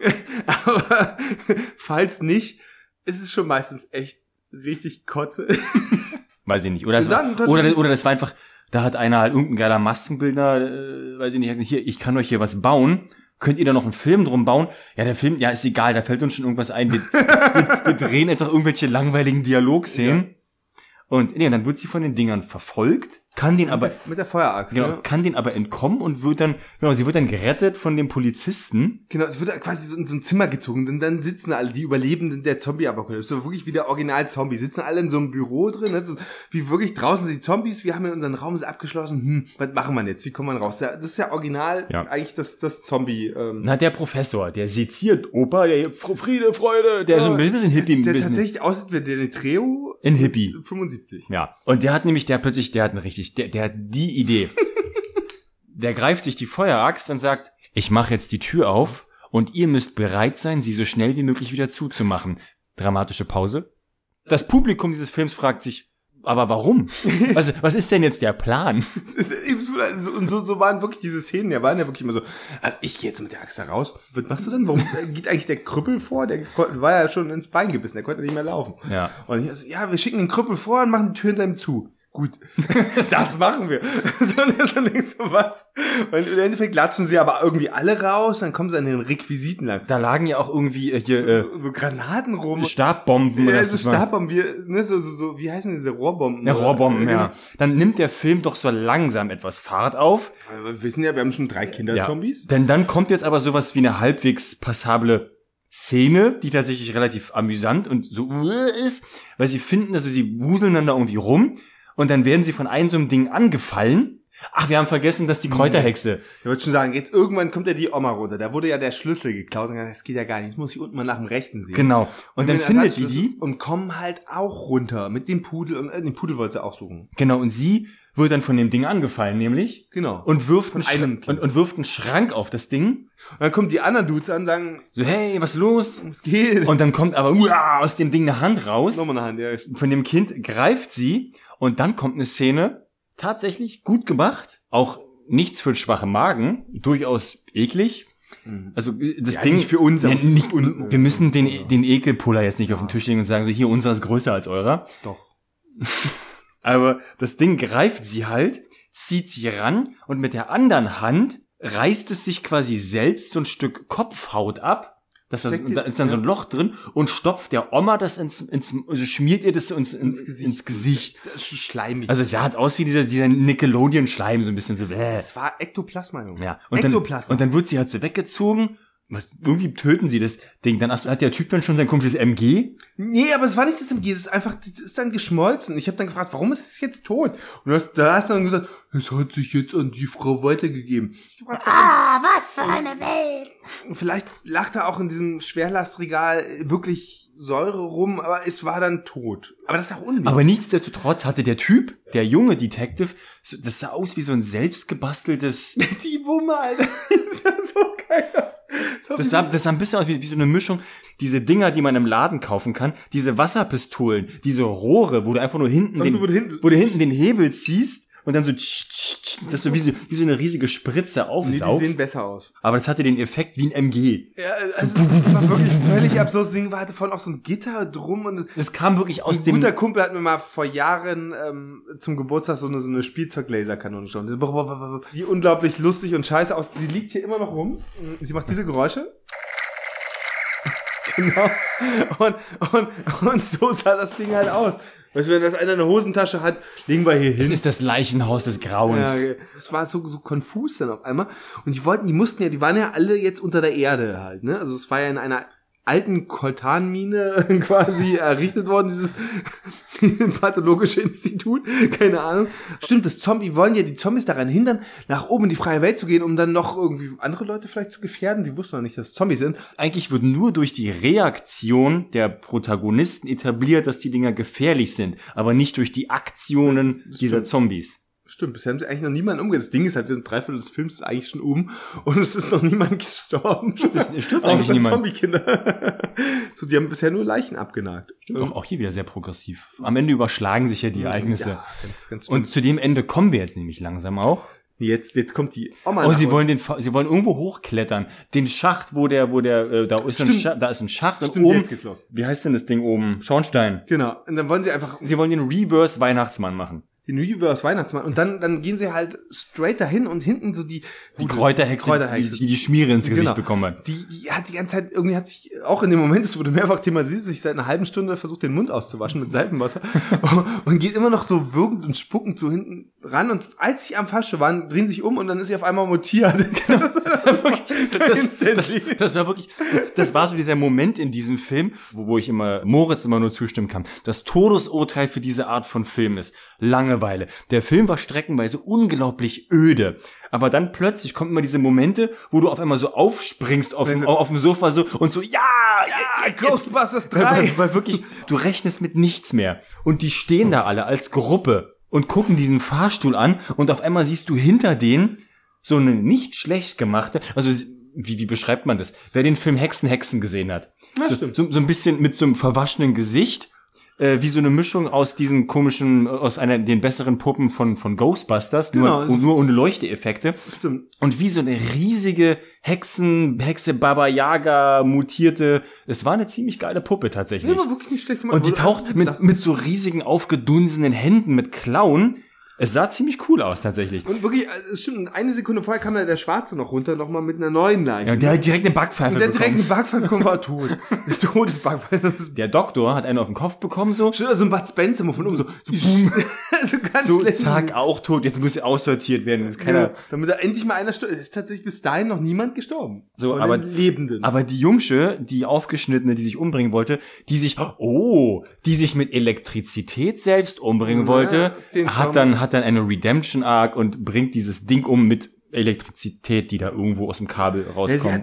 Speaker 1: Aber falls nicht, ist es schon meistens echt richtig Kotze.
Speaker 2: Weiß ich nicht. Oder das war einfach, da hat einer halt irgendein geiler Maskenbildner, weiß ich nicht, hier, ich kann euch hier was bauen. Könnt ihr da noch einen Film drum bauen? Ja, der Film, ist egal, da fällt uns schon irgendwas ein. Wir drehen einfach irgendwelche langweiligen Dialogszenen. Ja. Und dann wird sie von den Dingern verfolgt. kann den aber
Speaker 1: Mit der Feueraxt.
Speaker 2: genau,
Speaker 1: Ne?
Speaker 2: kann den aber entkommen und sie wird dann gerettet von dem Polizisten.
Speaker 1: Genau, es wird quasi so in so ein Zimmer gezogen, denn dann sitzen alle, die Überlebenden der Zombie-Apokalypse, so wirklich wie der Original-Zombie, sitzen alle in so einem Büro drin, ne? So, wie wirklich draußen sind die Zombies, wir haben in unseren Raum abgeschlossen, was machen wir jetzt, wie kommen wir raus? Das ist ja original eigentlich das Zombie.
Speaker 2: Na, der Professor, der seziert Opa, der Friede, Freude, der ist so ein bisschen Hippie.
Speaker 1: Der tatsächlich aussieht wie der Netreo
Speaker 2: in Hippie.
Speaker 1: 75.
Speaker 2: Ja, und der hat die Idee. Der greift sich die Feueraxt und sagt, ich mache jetzt die Tür auf und ihr müsst bereit sein, sie so schnell wie möglich wieder zuzumachen. Dramatische Pause. Das Publikum dieses Films fragt sich, aber warum? Was ist denn jetzt der Plan?
Speaker 1: Und so waren wirklich diese Szenen, ja, waren ja wirklich immer so, also ich gehe jetzt mit der Axt da raus. Was machst du denn? Warum geht eigentlich der Krüppel vor? Der war ja schon ins Bein gebissen, der konnte nicht mehr laufen.
Speaker 2: Ja.
Speaker 1: Und ich also, wir schicken den Krüppel vor und machen die Tür hinter ihm zu. Gut, das machen wir. So denkst du was? Und im Endeffekt latschen sie aber irgendwie alle raus, dann kommen sie an den Requisiten lang.
Speaker 2: Da lagen ja auch irgendwie hier
Speaker 1: so Granaten rum.
Speaker 2: Stabbomben.
Speaker 1: Ja, so Stabbomben, wie heißen diese Rohrbomben?
Speaker 2: Ja, Rohrbomben, ja. Dann nimmt der Film doch so langsam etwas Fahrt auf.
Speaker 1: Wir wissen ja, wir haben schon 3 Kinderzombies.
Speaker 2: Ja. Denn dann kommt jetzt aber sowas wie eine halbwegs passable Szene, die tatsächlich relativ amüsant und so ist, weil sie finden, also sie wuseln dann da irgendwie rum. Und dann werden sie von einem so einem Ding angefallen. Ach, wir haben vergessen, dass die Kräuterhexe.
Speaker 1: Ich wollte schon sagen, jetzt irgendwann kommt ja die Oma runter. Da wurde ja der Schlüssel geklaut. Und das geht ja gar nicht. Jetzt muss ich unten mal nach dem Rechten sehen.
Speaker 2: Genau. Und dann findet die.
Speaker 1: Und kommen halt auch runter mit dem Pudel. Und den Pudel wollte sie auch suchen.
Speaker 2: Genau. Und sie wird dann von dem Ding angefallen, nämlich.
Speaker 1: Genau.
Speaker 2: Und wirft einen Schrank auf das Ding.
Speaker 1: Und dann kommen die anderen Dudes an und sagen,
Speaker 2: so, hey, was ist los?
Speaker 1: Was geht?
Speaker 2: Und dann kommt aber aus dem Ding eine Hand raus.
Speaker 1: Nochmal eine Hand, ja.
Speaker 2: Von dem Kind greift sie. Und dann kommt eine Szene, tatsächlich gut gemacht, auch nichts für schwache Magen, durchaus eklig. Also das
Speaker 1: ja,
Speaker 2: Ding
Speaker 1: nicht für uns.
Speaker 2: Ja, wir müssen den Ekelpuller jetzt nicht auf den Tisch legen und sagen, so hier, unserer ist größer als eurer.
Speaker 1: Doch.
Speaker 2: Aber das Ding greift sie halt, zieht sie ran und mit der anderen Hand reißt es sich quasi selbst so ein Stück Kopfhaut ab. Da ist dann so ein Loch drin und stopft der Oma das also schmiert ihr das so ins Gesicht.
Speaker 1: Das ist schleimig.
Speaker 2: Also es sah halt aus wie dieser Nickelodeon-Schleim, so ein bisschen so.
Speaker 1: Das war Ektoplasma, Junge.
Speaker 2: Ja.
Speaker 1: Ektoplasma.
Speaker 2: Und dann wird sie halt so weggezogen. Irgendwie töten sie das Ding. Dann hat der Typ dann schon sein komisches MG.
Speaker 1: Nee, aber es war nicht das MG, das ist dann geschmolzen. Ich habe dann gefragt, warum ist es jetzt tot? Und da hast du dann gesagt, es hat sich jetzt an die Frau weitergegeben.
Speaker 3: Was für eine Welt!
Speaker 1: Vielleicht lag da auch in diesem Schwerlastregal wirklich Säure rum, aber es war dann tot. Aber das ist auch unwichtig. Aber
Speaker 2: nichtsdestotrotz hatte der Typ, der junge Detective, das sah aus wie so ein selbstgebasteltes...
Speaker 1: Die Wumme, Alter. Das sah so geil aus.
Speaker 2: Das sah ein bisschen aus wie so eine Mischung. Diese Dinger, die man im Laden kaufen kann, diese Wasserpistolen, diese Rohre, wo du einfach nur hinten den Hebel ziehst und dann so das so wie so eine riesige Spritze aufsaugst.
Speaker 1: Nee, die sehen besser aus.
Speaker 2: Aber das hatte den Effekt wie ein MG.
Speaker 1: Ja, also das war wirklich völlig absurd. Das Ding hatte vorhin auch so ein Gitter drum und
Speaker 2: es kam wirklich aus dem...
Speaker 1: Ein guter Kumpel hat mir mal vor Jahren zum Geburtstag so eine Spielzeuglaserkanone schon. Die unglaublich lustig und scheiße aus. Sie liegt hier immer noch rum. Sie macht diese Geräusche. Genau. Und so sah das Ding halt aus. Weißt du, wenn das einer eine Hosentasche hat, legen wir hier hin.
Speaker 2: Das ist das Leichenhaus des Grauens.
Speaker 1: Ja, das war so konfus dann auf einmal. Und die waren ja alle jetzt unter der Erde halt, ne? Also es war ja in einer alten Koltanmine quasi errichtet worden, dieses pathologische Institut, keine Ahnung. Stimmt, wollen ja die Zombies daran hindern, nach oben in die freie Welt zu gehen, um dann noch irgendwie andere Leute vielleicht zu gefährden. Die wussten noch nicht, dass es Zombies sind.
Speaker 2: Eigentlich wird nur durch die Reaktion der Protagonisten etabliert, dass die Dinger gefährlich sind, aber nicht durch die Aktionen dieser Zombies.
Speaker 1: Stimmt, bisher haben sie eigentlich noch niemanden umgebracht. Das Ding ist halt, wir sind 3/4 des Films ist eigentlich schon und es ist noch niemand gestorben.
Speaker 2: Es stirbt eigentlich niemand.
Speaker 1: Zombie-Kinder. So, die haben bisher nur Leichen abgenagt.
Speaker 2: Auch hier wieder sehr progressiv. Am Ende überschlagen sich ja die Ereignisse.
Speaker 1: Ja, ganz
Speaker 2: und zu dem Ende kommen wir jetzt nämlich langsam auch.
Speaker 1: Jetzt kommt die Oma.
Speaker 2: Oh, sie wollen irgendwo hochklettern. Den Schacht, da ist ein Schacht und oben.
Speaker 1: Jetzt geht's los.
Speaker 2: Wie heißt denn das Ding oben? Schornstein.
Speaker 1: Genau. Und dann wollen sie
Speaker 2: wollen den Reverse Weihnachtsmann machen.
Speaker 1: Universe Weihnachtsmann. Und dann gehen sie halt straight dahin und hinten so die
Speaker 2: Kräuterhexe, die Schmiere ins Gesicht bekommen hat.
Speaker 1: Die hat die ganze Zeit, irgendwie hat sich, auch in dem Moment, es wurde mehrfach thematisiert, sich seit einer halben Stunde versucht, den Mund auszuwaschen mit Seifenwasser und geht immer noch so wirkend und spuckend so hinten ran. Und als sie am Fasche waren, drehen sich um und dann ist sie auf einmal mutiert.
Speaker 2: Das war so dieser Moment in diesem Film, wo ich Moritz immer nur zustimmen kann. Das Todesurteil für diese Art von Film ist Langeweile. Der Film war streckenweise unglaublich öde. Aber dann plötzlich kommen immer diese Momente, wo du auf einmal so aufspringst auf dem Sofa so und so,
Speaker 1: Ghostbusters 3.
Speaker 2: Weil wirklich, du rechnest mit nichts mehr. Und die stehen da alle als Gruppe und gucken diesen Fahrstuhl an und auf einmal siehst du hinter denen so eine nicht schlecht gemachte, also wie beschreibt man das? Wer den Film Hexen gesehen hat. So ein bisschen mit so einem verwaschenen Gesicht, wie so eine Mischung aus diesen komischen, den besseren Puppen von Ghostbusters, nur ohne Leuchteeffekte.
Speaker 1: Stimmt.
Speaker 2: Und wie so eine riesige Hexe Baba Yaga mutierte, es war eine ziemlich geile Puppe tatsächlich.
Speaker 1: Ja, war wirklich nicht schlecht gemacht.
Speaker 2: Und die taucht mit so riesigen aufgedunsenen Händen mit Klauen. Es sah ziemlich cool aus, tatsächlich.
Speaker 1: Und wirklich, es stimmt, eine Sekunde vorher kam da der Schwarze noch runter, nochmal mit einer neuen Leiche.
Speaker 2: Ja, der hat direkt eine Backpfeife bekommen.
Speaker 1: Der direkt eine Backpfeife bekommen, war tot. Todesbackpfeife.
Speaker 2: Der Doktor hat einen auf den Kopf bekommen, so.
Speaker 1: Stimmt, so ein Bud Spencer von oben, so boom.
Speaker 2: So ganz so, zack, auch tot. Jetzt muss er aussortiert werden. Jetzt keiner.
Speaker 1: Ja, damit da endlich mal einer stirbt. Es ist tatsächlich bis dahin noch niemand gestorben.
Speaker 2: So,
Speaker 1: von den Lebenden.
Speaker 2: Aber die Jungsche, die Aufgeschnittene, die sich umbringen wollte, die sich mit Elektrizität selbst umbringen wollte, hat dann eine Redemption Arc und bringt dieses Ding um mit Elektrizität, die da irgendwo aus dem Kabel rauskommt.
Speaker 1: Ja,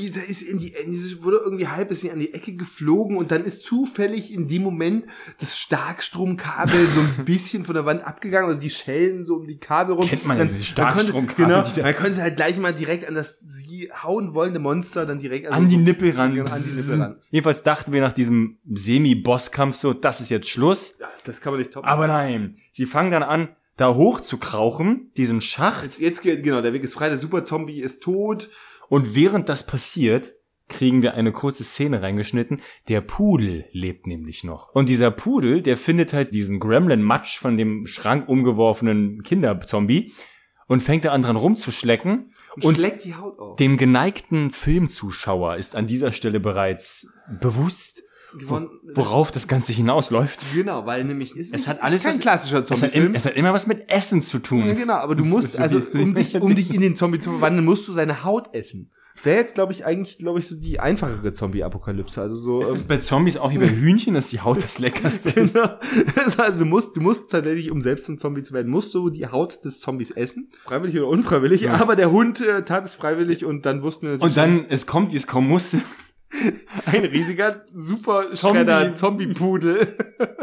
Speaker 1: wurde irgendwie halb bisschen an die Ecke geflogen und dann ist zufällig in dem Moment das Starkstromkabel so ein bisschen von der Wand abgegangen, also die Schellen so um die Kabel rum.
Speaker 2: Kennt man ja diese Starkstromkabel.
Speaker 1: Dann können sie halt gleich mal direkt an das sie hauen wollende Monster dann direkt
Speaker 2: an die Nippel ran.
Speaker 1: Jedenfalls
Speaker 2: dachten wir nach diesem Semi-Bosskampf so, das ist jetzt Schluss.
Speaker 1: Ja, das kann man nicht toppen.
Speaker 2: Aber nein, sie fangen dann an, da hoch zu krauchen, diesen Schacht.
Speaker 1: Jetzt geht, der Weg ist frei, der Super-Zombie ist tot.
Speaker 2: Und während das passiert, kriegen wir eine kurze Szene reingeschnitten. Der Pudel lebt nämlich noch. Und dieser Pudel, der findet halt diesen Gremlin-Matsch von dem Schrank umgeworfenen Kinderzombie und fängt da an dran rumzuschlecken.
Speaker 1: Und schlägt die Haut auf.
Speaker 2: Dem geneigten Filmzuschauer ist an dieser Stelle bereits bewusst, worauf das Ganze hinausläuft.
Speaker 1: Genau, weil nämlich
Speaker 2: es hat alles
Speaker 1: kein klassischer Zombie-Film.
Speaker 2: Es hat immer was mit Essen zu tun.
Speaker 1: Ja, genau, aber du musst, also um dich in den Zombie zu verwandeln, musst du seine Haut essen. Wäre jetzt, glaube ich, so die einfachere Zombie-Apokalypse. Also so.
Speaker 2: Ist es bei Zombies auch wie bei Hühnchen, dass die Haut das Leckerste ist?
Speaker 1: Genau. Also du musst tatsächlich, um selbst zum Zombie zu werden, musst du die Haut des Zombies essen. Freiwillig oder unfreiwillig. Ja. Aber der Hund tat es freiwillig und dann wussten wir
Speaker 2: natürlich. Und dann, es kommt, wie es kommen musste.
Speaker 1: Ein riesiger Super-Schredder-Zombie-Pudel.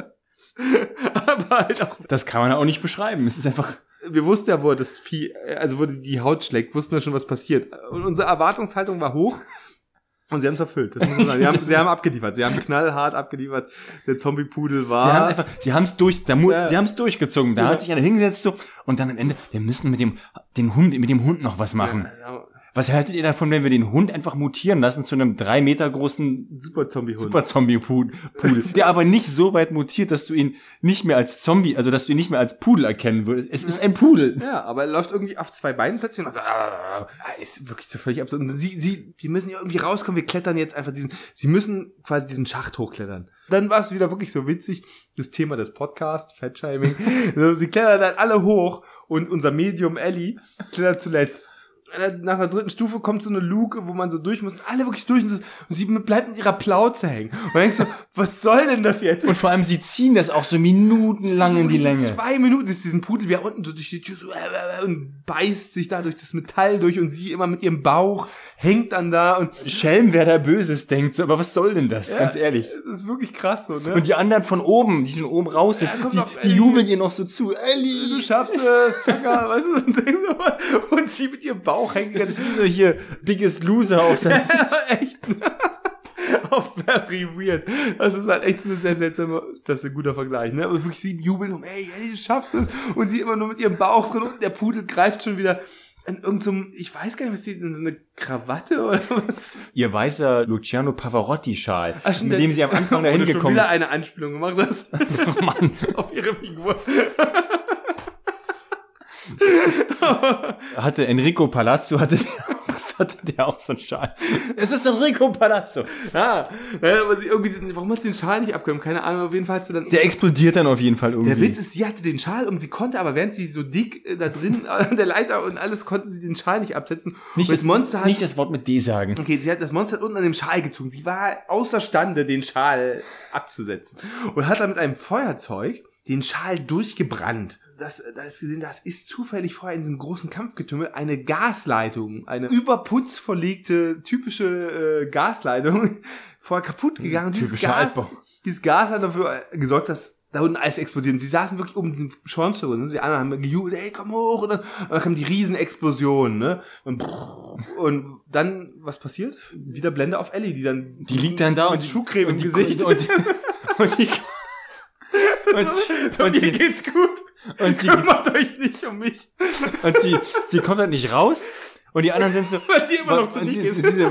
Speaker 1: Aber halt auch.
Speaker 2: Das kann man auch nicht beschreiben. Es ist einfach.
Speaker 1: Wir wussten ja, wo das Vieh, also wo die Haut schlägt, wussten wir schon, was passiert. Und unsere Erwartungshaltung war hoch. Und sie haben es erfüllt. Das muss man sagen. Sie haben abgeliefert. Sie haben knallhart abgeliefert. Der Zombie-Pudel war.
Speaker 2: Sie haben es durchgezogen. Da hat sich einer hingesetzt so. Und dann am Ende, wir müssen mit dem Hund noch was machen. Ja. Was haltet ihr davon, wenn wir den Hund einfach mutieren lassen zu einem 3 Meter großen Super-Zombie-Pudel, der aber nicht so weit mutiert, dass du ihn nicht mehr als Zombie, also dass du ihn nicht mehr als Pudel erkennen würdest. Es ist ein Pudel.
Speaker 1: Ja, aber er läuft irgendwie auf 2 Beinen plötzlich und ist wirklich so völlig absurd. Und wir müssen hier irgendwie rauskommen, wir klettern jetzt einfach sie müssen quasi diesen Schacht hochklettern. Dann war es wieder wirklich so witzig, das Thema des Podcasts, Fatshaming. Sie klettern dann alle hoch und unser Medium Ellie klettert zuletzt. Nach der 3. Stufe kommt so eine Luke, wo man so durch muss. Und alle wirklich durch. Und sie bleibt in ihrer Plauze hängen. Und dann denkst du, was soll denn das jetzt?
Speaker 2: Und vor allem, sie ziehen das auch so minutenlang in die Länge.
Speaker 1: 2 Minuten ist diesen Pudel wie unten so durch die Tür so und beißt sich da durch das Metall durch und sie immer mit ihrem Bauch hängt dann da und
Speaker 2: Schelm, wer da Böses denkt. So, aber was soll denn das? Ja, ganz ehrlich.
Speaker 1: Das ist wirklich krass so, ne?
Speaker 2: Und die anderen von oben, die schon oben raus sind, die jubeln ihr noch so zu. Ellie,
Speaker 1: du schaffst es, Chaka, weißt du? Und sie mit ihrem Bauch hängt.
Speaker 2: Das ist wie so hier Biggest Loser auf seinem
Speaker 1: echt. Auch very weird. Das ist halt echt eine sehr seltsame, das ist ein guter Vergleich, ne? Aber wirklich, sie jubeln um, ey, du schaffst es. Und sie immer nur mit ihrem Bauch drin und der Pudel greift schon wieder in irgendeinem, ich weiß gar nicht, was die, in so eine Krawatte oder was?
Speaker 2: Ihr weißer Luciano Pavarotti-Schal, mit dem sie am Anfang dahin gekommen ist.
Speaker 1: Wieder eine Anspielung gemacht hast.
Speaker 2: Oh Mann.
Speaker 1: Auf ihre Figur.
Speaker 2: hatte Enrico Palazzo, hatte der auch so einen Schal. Es ist Enrico Palazzo.
Speaker 1: Ja, aber warum hat sie den Schal nicht abgenommen? Keine Ahnung, auf jeden Fall hat sie dann...
Speaker 2: Der explodiert dann auf jeden Fall irgendwie.
Speaker 1: Der Witz ist, sie hatte den Schal und sie konnte aber, während sie so dick da drin an der Leiter und alles, konnte sie den Schal nicht absetzen.
Speaker 2: Nicht das Wort mit D sagen.
Speaker 1: Okay, das Monster hat unten an dem Schal gezogen. Sie war außerstande, den Schal abzusetzen. Und hat dann mit einem Feuerzeug den Schal durchgebrannt. Da ist gesehen, das ist zufällig vorher in diesem großen Kampfgetümmel eine Gasleitung, eine überputz verlegte, typische Gasleitung, vorher kaputt gegangen. Dieses Gas hat dafür gesorgt, dass da unten alles explodiert. Und sie saßen wirklich oben in diesem Schornstein und die anderen haben gejubelt, ey, komm hoch. Und dann kam die Riesenexplosion, ne? Und dann, was passiert? Wieder Blende auf Ellie, die
Speaker 2: liegt dann da
Speaker 1: und Schuhcreme im Gesicht.
Speaker 2: Und
Speaker 1: mir geht's gut.
Speaker 2: Und sie
Speaker 1: kümmert euch nicht um mich.
Speaker 2: Und sie kommt halt nicht raus. Und die anderen sind so...
Speaker 1: Was sie immer noch zu dick ist. Das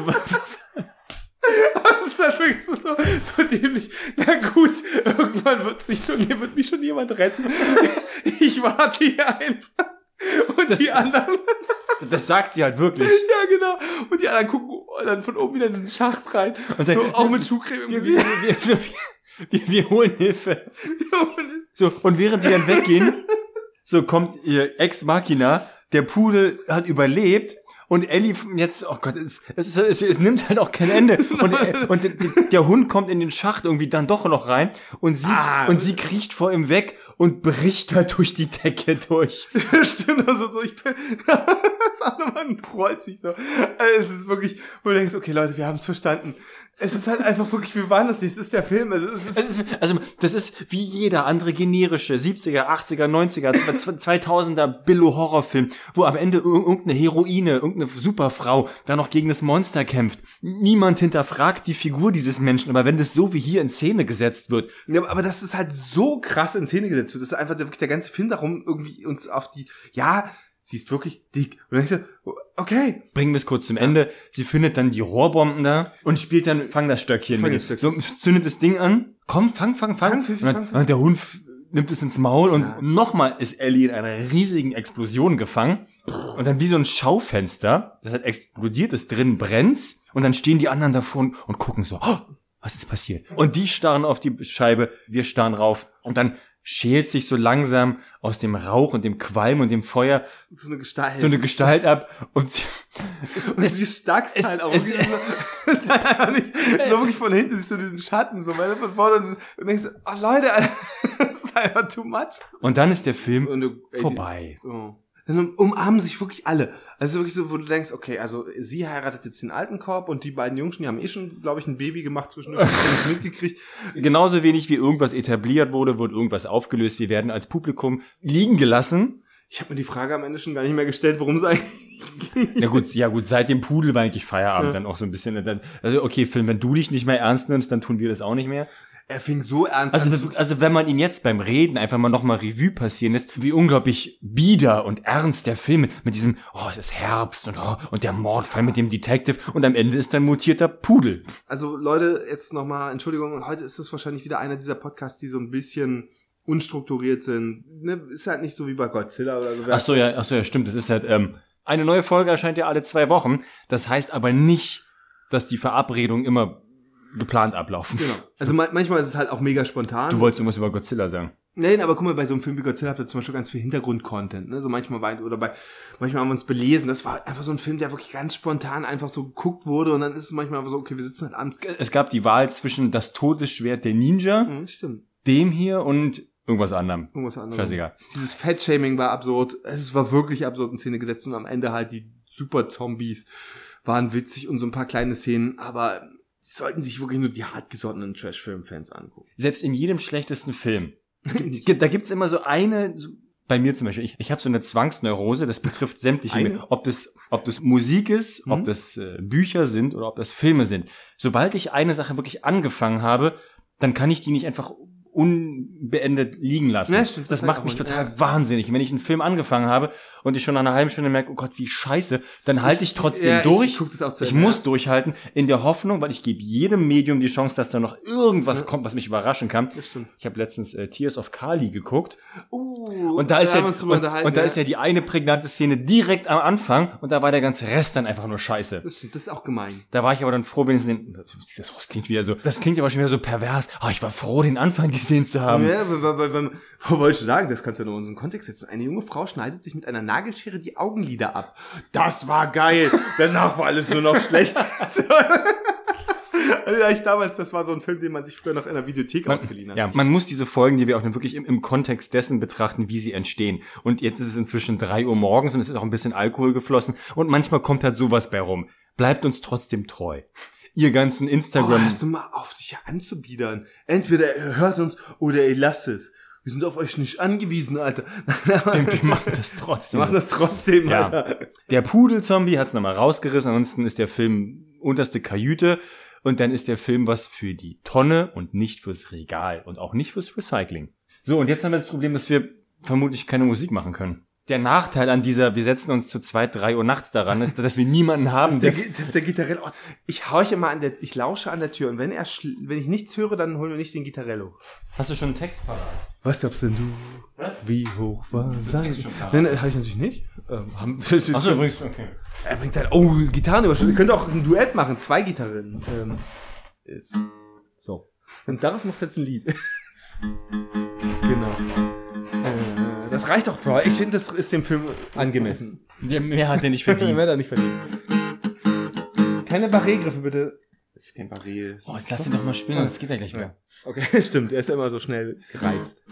Speaker 1: ist natürlich so dämlich. Na gut, irgendwann wird mich schon jemand retten. Ich warte hier einfach. Und die anderen...
Speaker 2: Das sagt sie halt wirklich.
Speaker 1: Ja, genau. Und die anderen gucken dann von oben wieder in diesen Schacht rein. Und sagen, so, auch mit Schuhcreme im Gesicht.
Speaker 2: Wir holen Hilfe. So, und während die dann weggehen, so kommt ihr Ex-Machina, der Pudel hat überlebt und Ellie jetzt, oh Gott, es nimmt halt auch kein Ende. Und der Hund kommt in den Schacht irgendwie dann doch noch rein und sie kriecht vor ihm weg und bricht halt durch die Decke durch.
Speaker 1: Stimmt, also so, das andere Mann rollt sich so. Also es ist wirklich, wo du denkst, okay Leute, wir haben es verstanden. Es ist halt einfach wirklich, wir waren das nicht, es ist der Film. Also
Speaker 2: das ist wie jeder andere generische 70er, 80er, 90er, 2000er Billo-Horrorfilm, wo am Ende irgendeine Heroine, irgendeine Superfrau da noch gegen das Monster kämpft. Niemand hinterfragt die Figur dieses Menschen, aber wenn das so wie hier in Szene gesetzt wird.
Speaker 1: Ja, aber das ist halt so krass in Szene gesetzt wird, das ist einfach wirklich der ganze Film darum, irgendwie uns auf die, sie ist wirklich dick. Und dann denkst du, okay.
Speaker 2: Bringen wir es kurz zum Ende. Sie findet dann die Rohrbomben da und spielt dann, fang das Stöckchen. So, zündet das Ding an. Komm, fang. Und der Hund nimmt es ins Maul und nochmal ist Ellie in einer riesigen Explosion gefangen. Und dann wie so ein Schaufenster, das hat explodiert, ist drin, brennt's. Und dann stehen die anderen davor und gucken so, oh, was ist passiert? Und die starren auf die Scheibe, wir starren rauf. Und dann schält sich so langsam aus dem Rauch und dem Qualm und dem Feuer
Speaker 1: so eine Gestalt
Speaker 2: ab und sie
Speaker 1: stackst halt auch. Es ist halt einfach nicht, so wirklich von hinten siehst du diesen Schatten, so, weil von vorne und denkst, oh Leute, das ist einfach too much.
Speaker 2: Und dann ist der Film vorbei.
Speaker 1: Dann umarmen sich wirklich alle. Also wirklich so, wo du denkst, okay, also sie heiratet jetzt den alten Korb und die beiden Jungschen, die haben schon, glaube ich, ein Baby gemacht zwischendurch, mitgekriegt.
Speaker 2: Genauso wenig wie irgendwas etabliert wurde, wurde irgendwas aufgelöst. Wir werden als Publikum liegen gelassen.
Speaker 1: Ich habe mir die Frage am Ende schon gar nicht mehr gestellt, worum es eigentlich
Speaker 2: ging. Ja gut, seit dem Pudel war eigentlich Feierabend dann auch so ein bisschen. Also okay, Film, wenn du dich nicht mehr ernst nimmst, dann tun wir das auch nicht mehr.
Speaker 1: Er fing so ernst
Speaker 2: an. Also wenn man ihn jetzt beim Reden einfach mal nochmal Revue passieren lässt, wie unglaublich bieder und ernst der Film mit diesem, oh, es ist Herbst und der Mordfall mit dem Detective und am Ende ist dann mutierter Pudel.
Speaker 1: Also Leute, jetzt nochmal, Entschuldigung, heute ist es wahrscheinlich wieder einer dieser Podcasts, die so ein bisschen unstrukturiert sind. Ne? Ist halt nicht so wie bei Godzilla oder so.
Speaker 2: Ach so, ja, stimmt. Das ist halt, eine neue Folge erscheint ja alle 2 Wochen. Das heißt aber nicht, dass die Verabredungen immer geplant ablaufen.
Speaker 1: Genau. Also manchmal ist es halt auch mega spontan.
Speaker 2: Du wolltest irgendwas über Godzilla sagen.
Speaker 1: Nein, aber guck mal, bei so einem Film wie Godzilla habt ihr zum Beispiel ganz viel Hintergrund-Content, ne? So manchmal haben wir uns belesen. Das war einfach so ein Film, der wirklich ganz spontan einfach so geguckt wurde und dann ist es manchmal einfach so, okay, wir sitzen halt abends.
Speaker 2: Es gab die Wahl zwischen das Todesschwert der Ninja,
Speaker 1: stimmt,
Speaker 2: dem hier und irgendwas anderem.
Speaker 1: Scheißegal. Dieses Fat-Shaming war absurd. Es war wirklich absurd in Szene gesetzt und am Ende halt die Super-Zombies waren witzig und so ein paar kleine Szenen, aber sollten sich wirklich nur die hartgesottenen Trash-Film-Fans angucken.
Speaker 2: Selbst in jedem schlechtesten Film. Da gibt's immer so eine, bei mir zum Beispiel, ich habe so eine Zwangsneurose, das betrifft sämtliche, ob das Musik ist, ob das Bücher sind oder ob das Filme sind. Sobald ich eine Sache wirklich angefangen habe, dann kann ich die nicht einfach unbeendet liegen lassen.
Speaker 1: Ja, stimmt,
Speaker 2: das
Speaker 1: das
Speaker 2: macht mich total wahnsinnig. Wenn ich einen Film angefangen habe und ich schon nach einer halben Stunde merke, oh Gott, wie scheiße, dann halte ich trotzdem durch.
Speaker 1: Ich guck das auch zu
Speaker 2: Ich
Speaker 1: Ende,
Speaker 2: muss durchhalten, in der Hoffnung, weil ich gebe jedem Medium die Chance, dass da noch irgendwas kommt, was mich überraschen kann.
Speaker 1: Das stimmt.
Speaker 2: Ich habe letztens Tears of Kali geguckt.
Speaker 1: Und
Speaker 2: Und da ist ist ja die eine prägnante Szene direkt am Anfang und da war der ganze Rest dann einfach nur scheiße.
Speaker 1: Das stimmt, das ist auch gemein.
Speaker 2: Da war ich aber dann froh, wenigstens das klingt wieder so, das klingt aber schon wieder so pervers. Ich war froh, den Anfang gesehen zu haben.
Speaker 1: Ja, was wollte ich sagen? Das kannst du ja noch in unseren Kontext setzen. Eine junge Frau schneidet sich mit einer Nagelschere die Augenlider ab. Das war geil. Danach war alles nur noch schlecht. Das war so ein Film, den man sich früher noch in der Videothek ausgeliehen hat.
Speaker 2: Ja, man muss diese Folgen, die wir auch wirklich im Kontext dessen betrachten, wie sie entstehen. Und jetzt ist es inzwischen 3 Uhr morgens und es ist auch ein bisschen Alkohol geflossen und manchmal kommt halt sowas bei rum. Bleibt uns trotzdem treu. Ihr ganzen Instagram...
Speaker 1: Hast du mal auf dich anzubiedern. Entweder ihr hört uns oder ihr lasst es. Wir sind auf euch nicht angewiesen, Alter.
Speaker 2: Wir machen das trotzdem.
Speaker 1: Wir machen das trotzdem,
Speaker 2: ja.
Speaker 1: Alter.
Speaker 2: Der Pudelzombie hat's nochmal rausgerissen. Ansonsten ist der Film unterste Kajüte. Und dann ist der Film was für die Tonne und nicht fürs Regal und auch nicht fürs Recycling. So, und jetzt haben wir das Problem, dass wir vermutlich keine Musik machen können. Der Nachteil an dieser, wir setzen uns zu 2, 3 Uhr nachts daran, ist, dass wir niemanden haben,
Speaker 1: das ist der Gitarrello. Ich horche immer ich lausche an der Tür und wenn ich nichts höre, dann holen wir nicht den Gitarrello.
Speaker 2: Hast du schon einen Text parat?
Speaker 1: Was glaubst denn du?
Speaker 2: Was?
Speaker 1: Wie hoch war sein?
Speaker 2: Nein,
Speaker 1: habe ich natürlich nicht.
Speaker 2: Achso, übrigens, okay.
Speaker 1: Er bringt halt, Gitarrenüberschrift. Ihr könnt auch ein Duett machen, 2 Gitarren. Ist so. Und daraus machst du jetzt ein Lied. Genau. Das reicht doch, Frau. Ich finde, das ist dem Film angemessen.
Speaker 2: Mehr hat der nicht verdient.
Speaker 1: Mehr hat er nicht verdient. Keine Barré-Griffe, bitte. Das ist kein Barré.
Speaker 2: Jetzt lass ihn doch mal spielen, sonst geht er gleich wieder.
Speaker 1: Okay, stimmt. Er ist ja immer so schnell gereizt.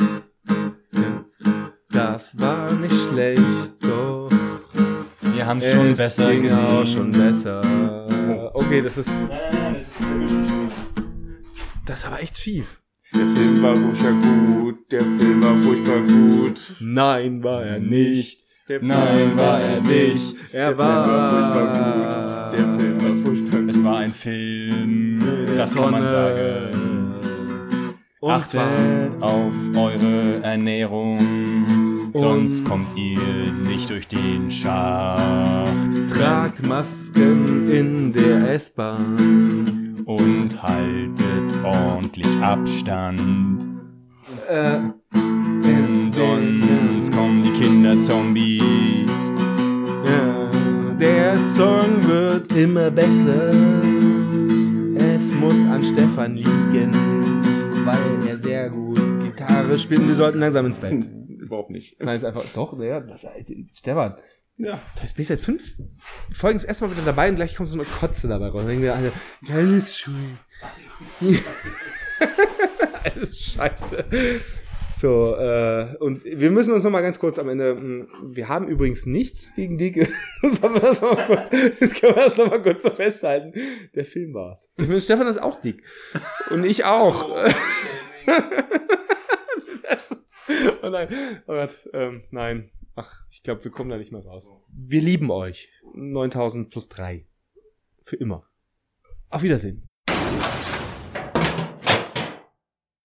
Speaker 1: Das war nicht schlecht, doch.
Speaker 2: Wir haben es schon besser gesehen.
Speaker 1: Auch schon besser. Okay, das ist...
Speaker 2: Nein, das ist schon.
Speaker 1: Das ist aber echt schief.
Speaker 4: Der Film war furchtbar gut, der Film war furchtbar gut.
Speaker 1: Nein, war er nicht.
Speaker 2: Nein, war er nicht.
Speaker 1: Er
Speaker 4: war furchtbar gut. Der Film war furchtbar gut.
Speaker 2: Es war ein Film, das kann man sagen.
Speaker 1: Und
Speaker 2: Achtet auf eure Ernährung, sonst kommt ihr nicht durch den Schacht.
Speaker 1: Tragt Masken in der S-Bahn.
Speaker 2: Und haltet ordentlich Abstand. Sonst kommen die Kinderzombies.
Speaker 1: Ja, der Song wird immer besser. Es muss an Stefan liegen, weil er sehr gut Gitarre spielt. Wir sollten langsam ins Bett.
Speaker 4: Überhaupt nicht.
Speaker 1: Nein, ist einfach, doch, ja, Stefan.
Speaker 4: Ja.
Speaker 1: Du bist seit 5 Folgen das erste Mal wieder dabei und gleich kommt so eine Kotze dabei raus. Dann denken wir alle, alles schön. Alles scheiße. So, und wir müssen uns noch mal ganz kurz am Ende, wir haben übrigens nichts gegen Dicke. Jetzt können wir das noch mal kurz so festhalten. Der Film war's. Ich meine, Stefan ist auch dick. Und ich auch. Oh nein, oh Gott, nein. Ach, ich glaube, wir kommen da nicht mehr raus. Wir lieben euch. 9000 plus 3. Für immer. Auf Wiedersehen.